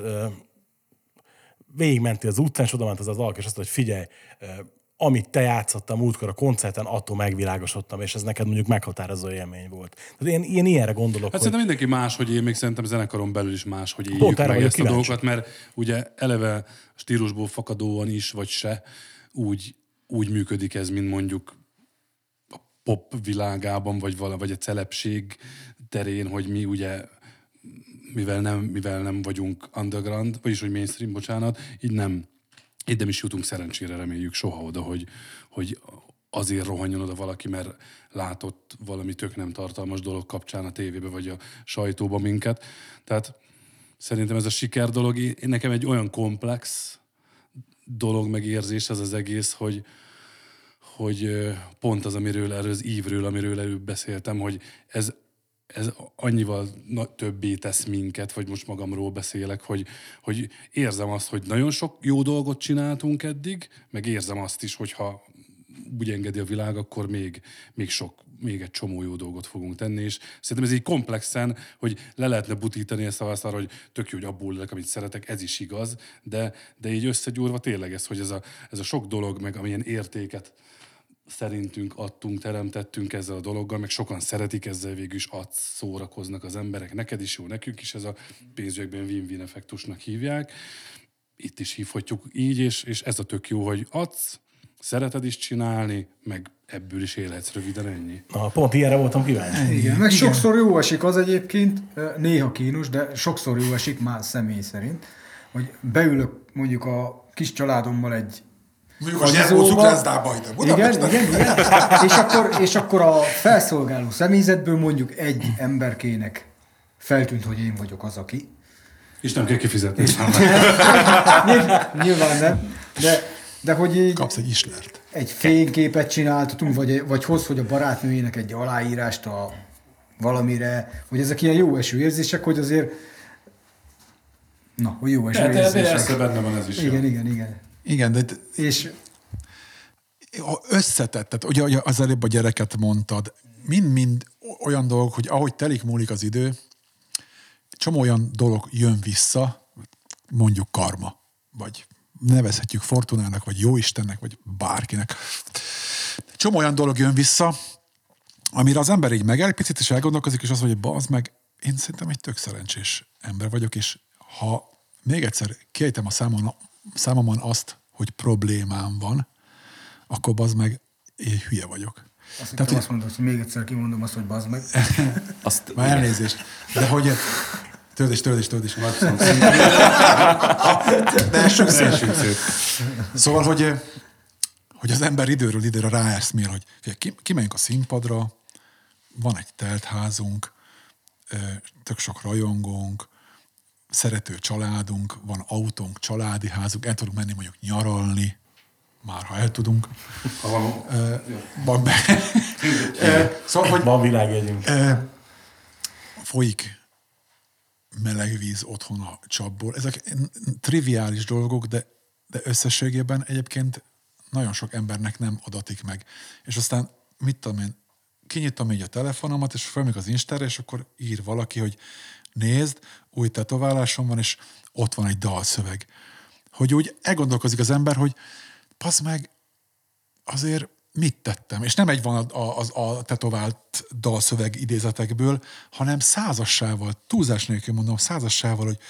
végigmentél az utcán, és oda ment az az alak, és azt mondta, hogy figyelj, amit te játszottál múltkor a koncerten, attól megvilágosodtam, és ez neked mondjuk meghatározó élmény volt. Tehát én, én ilyenre gondolok, Hát hogy... szerintem mindenki más, hogy él, még szerintem zenekaron belül is más, hogy éljük Pont erre meg vagyok ezt a kíváncsi. dolgokat, mert ugye eleve stílusból fakadóan is, vagy se, úgy, úgy működik ez, mint mondjuk a pop világában, vagy, vala, vagy a celebség terén, hogy mi ugye, mivel nem, mivel nem vagyunk underground, vagyis hogy mainstream, bocsánat, így nem, így nem is jutunk szerencsére, reméljük soha oda, hogy, hogy azért rohanjon oda valaki, mert látott valami tök nem tartalmas dolog kapcsán a tévébe, vagy a sajtóba minket. Tehát szerintem ez a siker dolog, én, nekem egy olyan komplex dolog, meg érzés ez az egész, hogy, hogy pont az, amiről, erről az ívről, amiről előbb beszéltem, hogy ez, ez annyival na, többé tesz minket, vagy most magamról beszélek, hogy, hogy érzem azt, hogy nagyon sok jó dolgot csináltunk eddig, meg érzem azt is, hogyha úgy engedi a világ, akkor még, még sok, még egy csomó jó dolgot fogunk tenni, és szerintem ez így komplexen, hogy le lehetne butítani ezt a választára, hogy tök jó, hogy abból lelek, amit szeretek, ez is igaz, de, de így összegyúrva tényleg ez, hogy ez a, ez a sok dolog, meg amilyen értéket szerintünk adtunk, teremtettünk ezzel a dologgal, meg sokan szeretik, ezzel végül is adsz, szórakoznak az emberek, neked is jó, nekünk is, ez a pénzügyekben win-win effektusnak hívják. Itt is hívhatjuk így, és, és ez a tök jó, hogy adsz, szereted is csinálni, meg ebből is élhetsz röviden, ennyi. Na, pont ilyenre voltam kíváncsi. Igen, meg sokszor jó esik az egyébként, néha kínos, de sokszor jó esik már személy szerint, hogy beülök mondjuk a kis családommal egy Mondjuk a zserbó cukrászdába ide. Igen, igen, igen. És akkor, és akkor a felszolgáló személyzetből mondjuk egy emberkének feltűnt, hogy én vagyok az, aki. És nem kell kifizetni. Nyilván nem, de, de hogy így Kapsz egy islert. egy fényképet csináltatunk, vagy, vagy hoz, hogy a barátnőjének egy aláírást a valamire, hogy ezek ilyen jó eső érzések, hogy azért na, hogy jó eső De, de, de érzések. persze benne van ez is. Igen, jó. igen, igen. Igen, de És összetett, tehát ugye, ugye az előbb a gyereket mondtad, mind-mind olyan dolgok, hogy ahogy telik múlik az idő, csomó olyan dolog jön vissza, mondjuk karma, vagy nevezhetjük Fortunának, vagy Jóistennek, vagy bárkinek. Csomó olyan dolog jön vissza, amire az ember így megáll, egy picit is elgondolkozik, és azt mondja, hogy bazd meg, én szerintem egy tök szerencsés ember vagyok, és ha még egyszer kiejtem a számon, számomon azt, hogy problémám van, akkor bazd meg, én hülye vagyok. azt, Tehát, azt mondod, hogy még egyszer kimondom azt, hogy bazd meg. Azt, Már elnézést. De hogy... Tőd is, tőd is, tőd is. De essünk szét. Szóval, hogy, hogy az ember időről időre ráeszmél, hogy ki, kimegyünk a színpadra, van egy teltházunk, tök sok rajongónk, szerető családunk, van autónk, családi házunk, el tudunk menni mondjuk nyaralni, már ha el tudunk. Ha van, uh, van be. Szóval, hogy van világjegyünk. Uh, folyik meleg víz otthon a csapból. Ezek triviális dolgok, de, de összességében egyébként nagyon sok embernek nem adatik meg. És aztán, mit tudom én, kinyitom így a telefonomat, és felmegyek az Instára, és akkor ír valaki, hogy nézd, új tetoválásom van, és ott van egy dalszöveg. Hogy úgy elgondolkozik az ember, hogy passz meg, azért mit tettem? És nem egy van a, a, a tetovált dalszöveg idézetekből, hanem százassával, túlzás nélkül mondom, százassával, hogy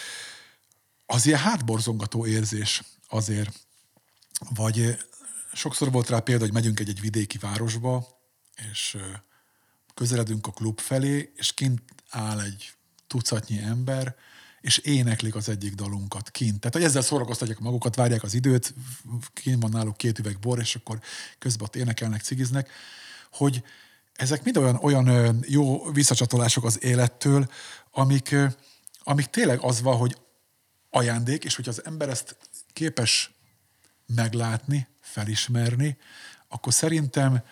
az ilyen hátborzongató érzés azért. Vagy sokszor volt rá példa, hogy megyünk egy-egy vidéki városba, és közeledünk a klub felé, és kint áll egy tucatnyi ember, és éneklik az egyik dalunkat kint. Tehát, hogy ezzel szórakoztatják magukat, várják az időt, kint van náluk két üveg bor, és akkor közben ott énekelnek, cigiznek, hogy ezek mind olyan, olyan jó visszacsatolások az élettől, amik, amik tényleg az van, hogy ajándék, és hogyha az ember ezt képes meglátni, felismerni, akkor szerintem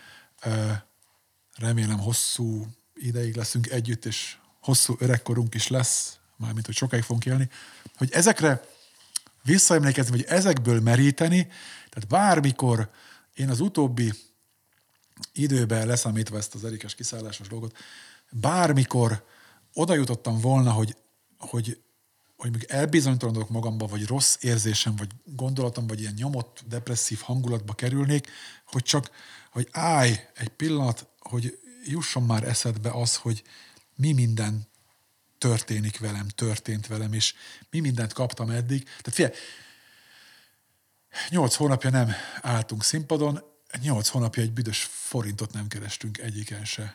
remélem hosszú ideig leszünk együtt, és hosszú öregkorunk is lesz, mármint, hogy sokáig fogunk élni, hogy ezekre visszaemlékezni, vagy ezekből meríteni, tehát bármikor én az utóbbi időben, leszámítva ezt az Erikes kiszállásos dolgot, bármikor oda jutottam volna, hogy, hogy, hogy még elbizonytalanodok magamba, vagy rossz érzésem, vagy gondolatom, vagy ilyen nyomott, depresszív hangulatba kerülnék, hogy csak, hogy állj egy pillanat, hogy jusson már eszedbe az, hogy mi minden történik velem, történt velem, és mi mindent kaptam eddig. Tehát figyelj, nyolc hónapja nem álltunk színpadon, nyolc hónapja egy büdös forintot nem kerestünk egyiken se.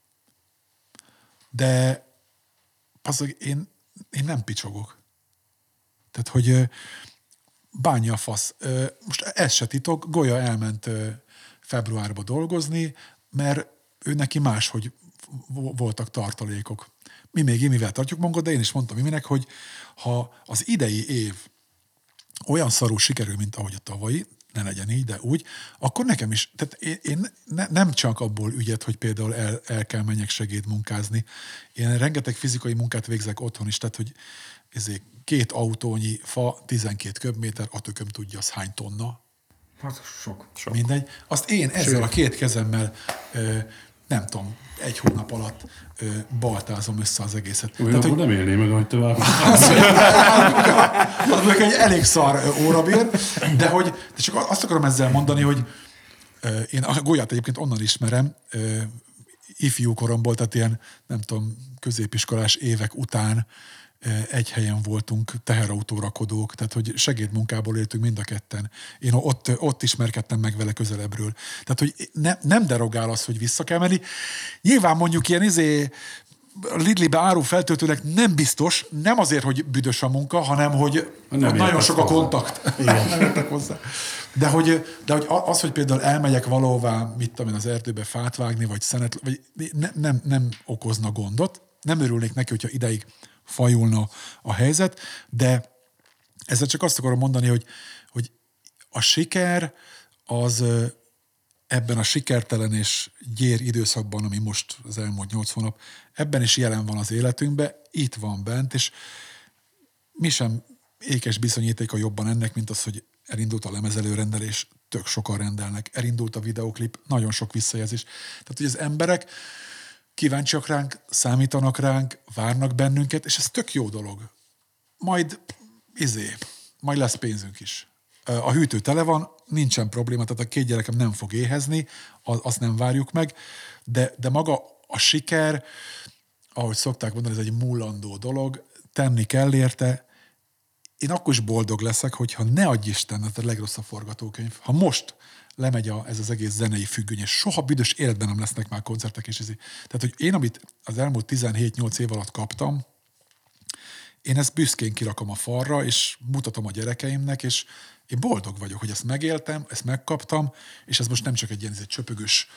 De az, hogy én, én nem picsogok. Tehát, hogy bánja a fasz. Most ez se titok, Golya elment februárba dolgozni, mert ő neki máshogy voltak tartalékok. Mi még imivel tartjuk magunkat, de én is mondtam iminek, hogy ha az idei év olyan szarul sikerül, mint ahogy a tavalyi, ne legyen így, de úgy, akkor nekem is, tehát én, én ne, nem csak abból ügyet, hogy például el, el kell menjek segédmunkázni. Én rengeteg fizikai munkát végzek otthon is, tehát hogy ezért két autónyi fa, tizenkét köbméter, a tököm tudja, az hány tonna. Hát sok. Sok. Mindegy. Azt én ezzel Sőt. a két kezemmel ö, nem tudom, egy hónap alatt ö, baltázom össze az egészet. Olyan, hogy nem élné meg, ahogy te várod. Az meg egy elég szar órabér, de hogy de csak azt akarom ezzel mondani, hogy ö, én a Golyát egyébként onnan ismerem, ö, ifjú koromból, tehát ilyen, nem tudom, középiskolás évek után egy helyen voltunk, teherautórakodók, tehát hogy segédmunkából éltünk mind a ketten. Én ott, ott ismerkedtem meg vele közelebbről. Tehát, hogy ne, nem derogál az, hogy vissza kell menni. Nyilván mondjuk ilyen izé Lidlibe áru feltöltőnek nem biztos, nem azért, hogy büdös a munka, hanem hogy nem nagyon sok a kontakt. Nem értek hozzá. De hogy, de hogy az, hogy például elmegyek valahová, mit tudom én, az erdőbe fát vágni, vagy szenet, vagy ne, nem, nem okozna gondot. Nem örülnék neki, hogyha ideig fajulna a helyzet, de ezzel csak azt akarom mondani, hogy, hogy a siker az ebben a sikertelen és gyér időszakban, ami most az elmúlt nyolc hónap, ebben is jelen van az életünkben, itt van bent, és mi sem ékes bizonyítéka jobban ennek, mint az, hogy elindult a lemezelőrendelés, tök sokan rendelnek, elindult a videóklip, nagyon sok visszajelzés. Tehát, hogy az emberek kíváncsiak ránk, számítanak ránk, várnak bennünket, és ez tök jó dolog. Majd, izé, majd lesz pénzünk is. A hűtő tele van, nincsen probléma, tehát a két gyerekem nem fog éhezni, azt nem várjuk meg, de, de maga a siker, ahogy szokták mondani, ez egy múlandó dolog, tenni kell érte. Én akkor is boldog leszek, hogyha ne adj Isten, ez a legrosszabb forgatókönyv. Ha most lemegy a, ez az egész zenei függöny, és soha büdös életben nem lesznek már koncertek és ezért. Tehát, hogy én, amit az elmúlt tizenhét-nyolc év alatt kaptam, én ezt büszkén kirakom a falra, és mutatom a gyerekeimnek, és én boldog vagyok, hogy ezt megéltem, ezt megkaptam, és ez most nem csak egy ilyen ez egy csöpögős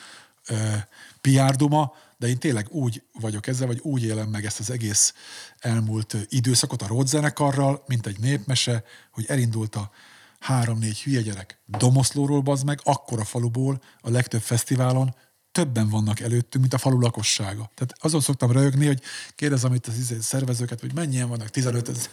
pé er duma, de én tényleg úgy vagyok ezzel, vagy úgy élem meg ezt az egész elmúlt időszakot a Ród zenekarral, mint egy népmese, hogy elindult a három-négy hülye gyerek Domoszlóról, bazd meg, akkora faluból a legtöbb fesztiválon többen vannak előttünk, mint a falu lakossága. Tehát azon szoktam röhögni, hogy kérdezem itt az szervezőket, hogy mennyien vannak, tizenöt ezer.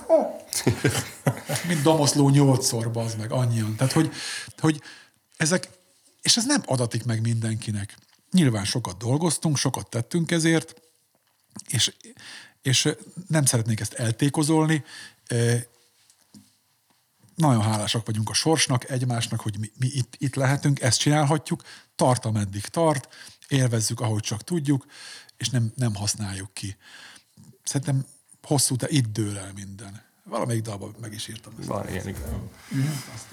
Mint Domoszló nyolcszor, bazd meg, annyian. Tehát, hogy, hogy ezek, és ez nem adatik meg mindenkinek. Nyilván sokat dolgoztunk, sokat tettünk ezért, és, és nem szeretnék ezt eltékozolni. Nagyon hálásak vagyunk a sorsnak, egymásnak, hogy mi, mi itt, itt lehetünk, ezt csinálhatjuk, tart, ameddig tart, élvezzük, ahogy csak tudjuk, és nem, nem használjuk ki. Szerintem hosszú, de itt dől el minden. Valamelyik dalban meg is írtam. Van ilyen, igen. Mm-hmm.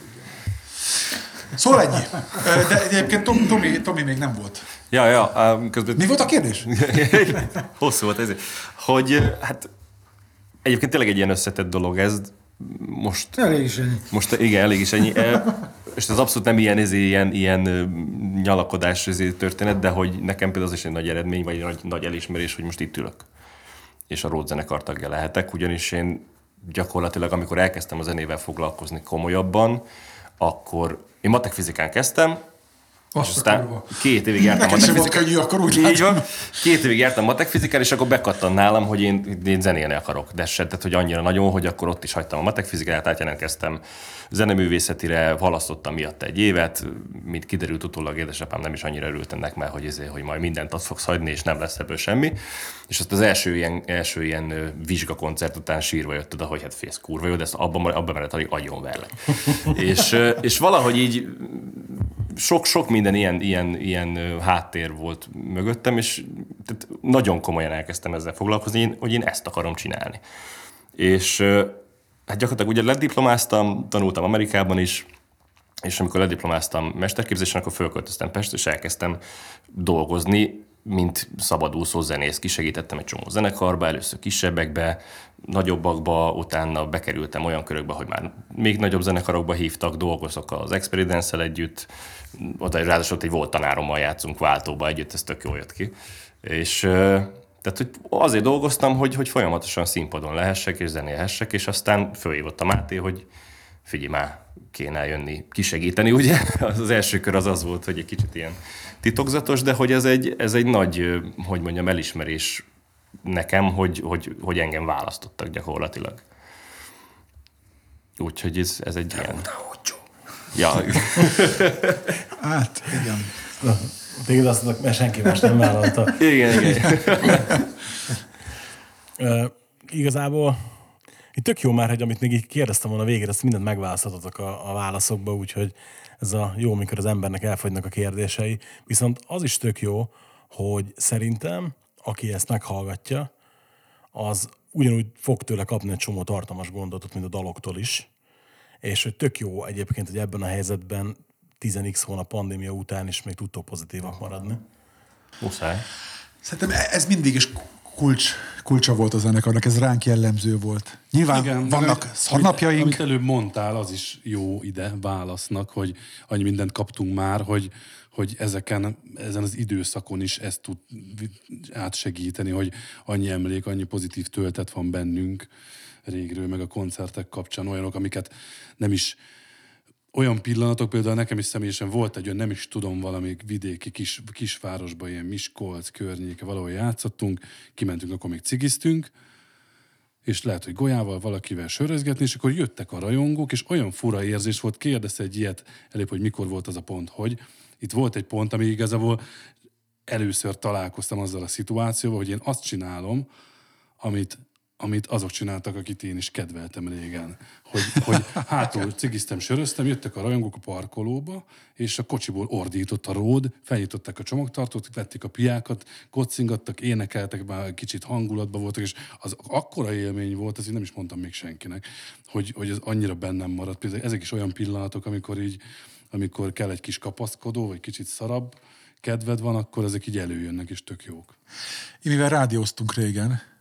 Szóval ennyi. De egyébként Tom, Tomi, Tomi még nem volt. Ja, ja. Közben... Mi volt a kérdés? Hosszú volt ezért. Hogy hát egyébként tényleg egy ilyen összetett dolog ez. Most... Elég is ennyi. Most igen, elég is ennyi. És ez abszolút nem ilyen, ez ilyen, ilyen nyalakodás történet, de hogy nekem például az is egy nagy eredmény, vagy egy nagy, nagy elismerés, hogy most itt ülök. És a Ród zenekar tagja lehetek, ugyanis én gyakorlatilag, amikor elkezdtem a zenével foglalkozni komolyabban, akkor én matek fizikán kezdtem, azt és aztán kurva. két évig jártam matek fizikán. Nekem sem volt könnyű, akkor úgy látom. Két évig jártam matek fizikán, és akkor bekattant nálam, hogy én, én zenélni akarok. De se, tehát, hogy annyira nagyon, hogy akkor ott is hagytam a matek fizikát, átjelentkeztem zeneművészetire, halasztottam miatt egy évet, mint kiderült utólag, édesapám nem is annyira örült ennek, mert hogy, ezért, hogy majd mindent azt fogsz hagyni, és nem lesz ebből semmi. És azt az első ilyen, első ilyen vizsgakoncert után sírva jött oda, hogy hát fész kurva jó, de ezt abban abba menet, hogy agyon verlek. és, és valahogy így sok-sok minden ilyen, ilyen, ilyen háttér volt mögöttem, és tehát nagyon komolyan elkezdtem ezzel foglalkozni, hogy én ezt akarom csinálni. És hát gyakorlatilag ugye lediplomáztam, tanultam Amerikában is, és amikor lediplomáztam mesterképzésen, akkor fölköltöztem Pestre, és elkezdtem dolgozni, mint szabadúszó zenész. Kisegítettem egy csomó zenekarba, először kisebbekbe, nagyobbakba, utána bekerültem olyan körökbe, hogy már még nagyobb zenekarokba hívtak, dolgozok az Experience-el együtt, oda ráadásul egy volt tanárommal játszunk váltóba együtt, ez tök jól jött ki. És tehát hogy azért dolgoztam, hogy, hogy folyamatosan színpadon lehessek és zenélhessek, és aztán fölhívott a Máté, hogy figyelj már, kéne jönni kisegíteni, ugye? Az első kör az az volt, hogy egy kicsit ilyen titokzatos, de hogy ez egy, ez egy nagy, hogy mondjam, elismerés nekem, hogy, hogy, hogy engem választottak gyakorlatilag. Úgyhogy ez, ez egy ilyen... Ja. Hát, igen. Téged azt mondok, mert senki más nem vállalta. Igen, igen. uh, igazából itt tök jó már, hogy amit még így kérdeztem volna végére, ezt mindent megválasztottatok a, a válaszokba, úgyhogy ez a jó, mikor az embernek elfogynak a kérdései. Viszont az is tök jó, hogy szerintem, aki ezt meghallgatja, az ugyanúgy fog tőle kapni egy csomó tartalmas gondolatot, mint a daloktól is. És hogy tök jó egyébként, hogy ebben a helyzetben tíz x hónap pandémia után is még tudtok pozitívak maradni. Muszáj. Szerintem ez mindig is kulcs, kulcsa volt a zenekarnak, ez ránk jellemző volt. Nyilván igen, vannak szarnapjaink. Amit, amit előbb mondtál, az is jó ide válasznak, hogy annyi mindent kaptunk már, hogy, hogy ezeken, ezen az időszakon is ezt tud átsegíteni, hogy annyi emlék, annyi pozitív töltet van bennünk régről, meg a koncertek kapcsán olyanok, amiket nem is olyan pillanatok, például nekem is személyesen volt egy olyan, nem is tudom, valami vidéki kis, kisvárosban, ilyen Miskolc környéke, valahol játszottunk, kimentünk, akkor még cigiztünk, és lehet, hogy golyával valakivel sörözgetni, és akkor jöttek a rajongók, és olyan fura érzés volt, kérdezte egy ilyet előbb, hogy mikor volt az a pont, hogy itt volt egy pont, ami igazából először találkoztam azzal a szituációval, hogy én azt csinálom, amit amit azok csináltak, akit én is kedveltem régen. Hogy, hogy hátul cigiztem, söröztem, jöttek a rajongók a parkolóba, és a kocsiból ordított a Ród, felnyitották a csomagtartót, vették a piákat, kocingattak, énekeltek, már kicsit hangulatban voltak, és az akkora élmény volt, ezt én nem is mondtam még senkinek, hogy, hogy ez annyira bennem maradt. Például ezek is olyan pillanatok, amikor így, amikor kell egy kis kapaszkodó, vagy kicsit szarabb kedved van, akkor ezek így előjönnek, és tök jók. Én mivel rádióztunk régen,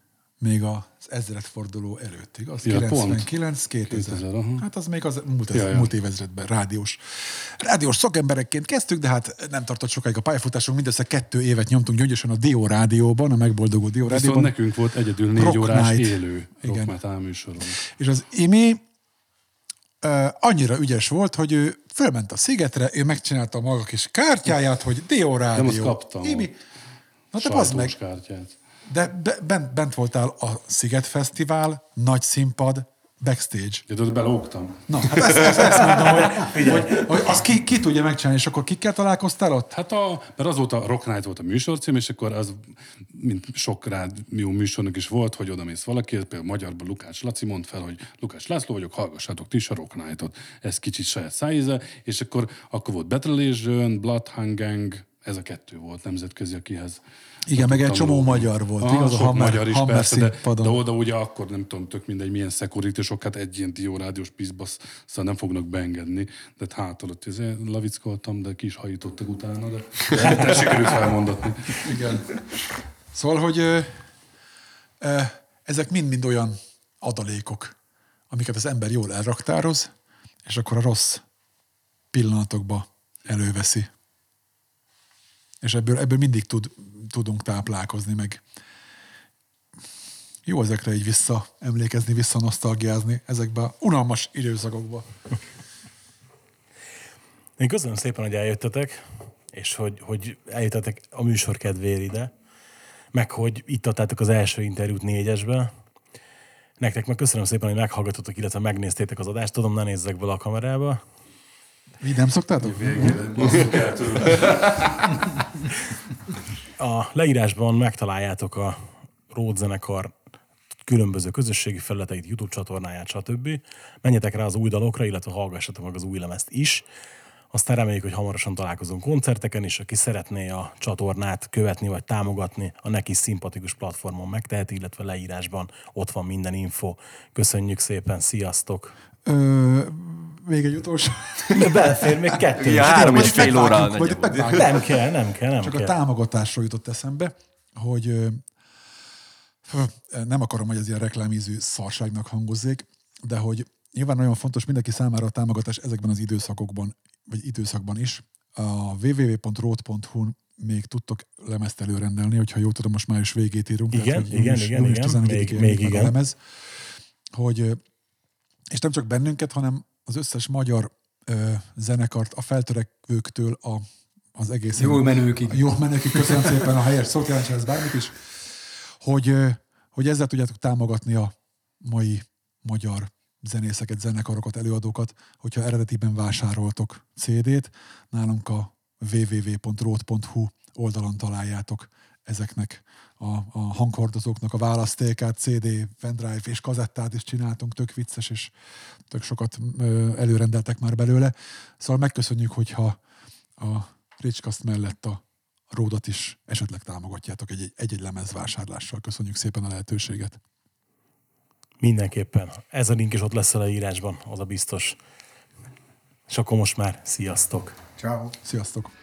még az ezredforduló előtt, igaz? Ja, kilencvenkilenc kétezer. kétezer, aha. Hát az még az múlt, Ja, ja. múlt évezredben rádiós. Rádiós szakemberekként kezdtük, de hát nem tartott sokáig a pályafutásunk, mindössze kettő évet nyomtunk gyöngyösen a Dió Rádióban, a megboldogult Dió Viszont Rádióban. nekünk volt egyedül négy Rock órás Night. élő Igen. Rock Metal műsorunk. És az Imi uh, annyira ügyes volt, hogy ő fölment a szigetre, ő megcsinálta a maga kis kártyáját, hogy Dió Rádió. Nem, azt kaptam. Imi. Na te bazd meg. Sajtós kártyát. De be, bent, bent voltál a Sziget Fesztivál, nagy színpad, backstage. De ott belógtam. Na, hát ezt, ezt, ezt mondom, hogy, hogy, hogy azt ki, ki tudja megcsinálni, és akkor kikkel találkoztál ott? Hát a, mert az volt a Rock Night volt a műsorcím, és akkor az, mint sok rádió műsornak is volt, hogy oda mész valaki, például magyarban Lukács Laci mond fel, hogy Lukács László vagyok, hallgassátok ti is a Rock Night-ot. Ez kicsit saját szájíze, és akkor, akkor volt Battle Legion, Bloodhound Gang, ez a kettő volt nemzetközi, akihez Igen, meg egy tudtam csomó lógni. magyar volt, Aha, igaz? A sok Hammer, magyar is Hammer persze, de, színpadon. de oda ugye akkor nem tudom, tök mindegy, milyen security-sok, hát egy ilyen Dió rádiós piszbasz, szóval nem fognak beengedni, de hát ott azért lavickoltam, de ki is hajítottak utána, de, de, de sikerült felmondatni. Igen. Szóval, hogy ö, ö, ezek mind-mind olyan adalékok, amiket az ember jól elraktároz, és akkor a rossz pillanatokba előveszi. És ebből, ebből mindig tud, tudunk táplálkozni, meg jó ezekre így vissza emlékezni, vissza nosztalgiázni ezekbe a unalmas időszakokba. Én köszönöm szépen, hogy eljöttetek, és hogy, hogy eljöttetek a műsor kedvéért ide, meg hogy itt adtátok az első interjút négyesbe. Nektek meg köszönöm szépen, hogy meghallgatotok, illetve megnéztétek az adást. Tudom, ne nézzek bele a kamerába. Így nem szoktátok? A leírásban megtaláljátok a Ród zenekar különböző közösségi felületeit, YouTube csatornáját, stb. Menjetek rá az új dalokra, illetve hallgassatok meg az új lemezt is. Aztán reméljük, hogy hamarosan találkozunk koncerteken, és aki szeretné a csatornát követni vagy támogatni, a neki szimpatikus platformon megteheti, illetve leírásban ott van minden info. Köszönjük szépen, sziasztok! Ö, még egy utolsó. Belefér még kettő. Ja, három és fél óra. Megvágjuk, vagy megvágjuk. Nem kell, nem kell, nem Csak kell. a támogatásról jutott eszembe, hogy ö, ö, nem akarom, hogy ez ilyen reklámízű szarságnak hangozzék, de hogy nyilván nagyon fontos mindenki számára a támogatás ezekben az időszakokban, vagy időszakban is. A double-u double-u double-u pont road pont hu még tudtok lemezt előrendelni, hogyha jól tudom, most május végét írunk. Igen, tehát, hogy igen, június, igen, június igen. tizenegyedikén Még- jelenik még meg igen. a lemez. Hogy, ö, és nem csak bennünket, hanem az összes magyar ö, zenekart, a feltörekvőktől a, az egész... Jól menőkig. A jól menőkig, köszönöm szépen a helyes szót, jelentsen ez bármit is. Hogy, ö, hogy ezzel tudjátok támogatni a mai magyar zenészeket, zenekarokat, előadókat, hogyha eredetiben vásároltok cé dét, nálunk a double-u double-u double-u pont road pont hu oldalon találjátok ezeknek a, a hanghordozóknak a választékát, cé dé, pendrive és kazettát is csináltunk, tök vicces, és tök sokat ö, előrendeltek már belőle. Szóval megköszönjük, hogyha a Ricskaszt mellett a Ródot is esetleg támogatjátok egy- egy-egy lemezvásárlással. Köszönjük szépen a lehetőséget. Mindenképpen. Ez a link is ott lesz a leírásban, az a biztos. És akkor most már sziasztok! Ciao. Sziasztok!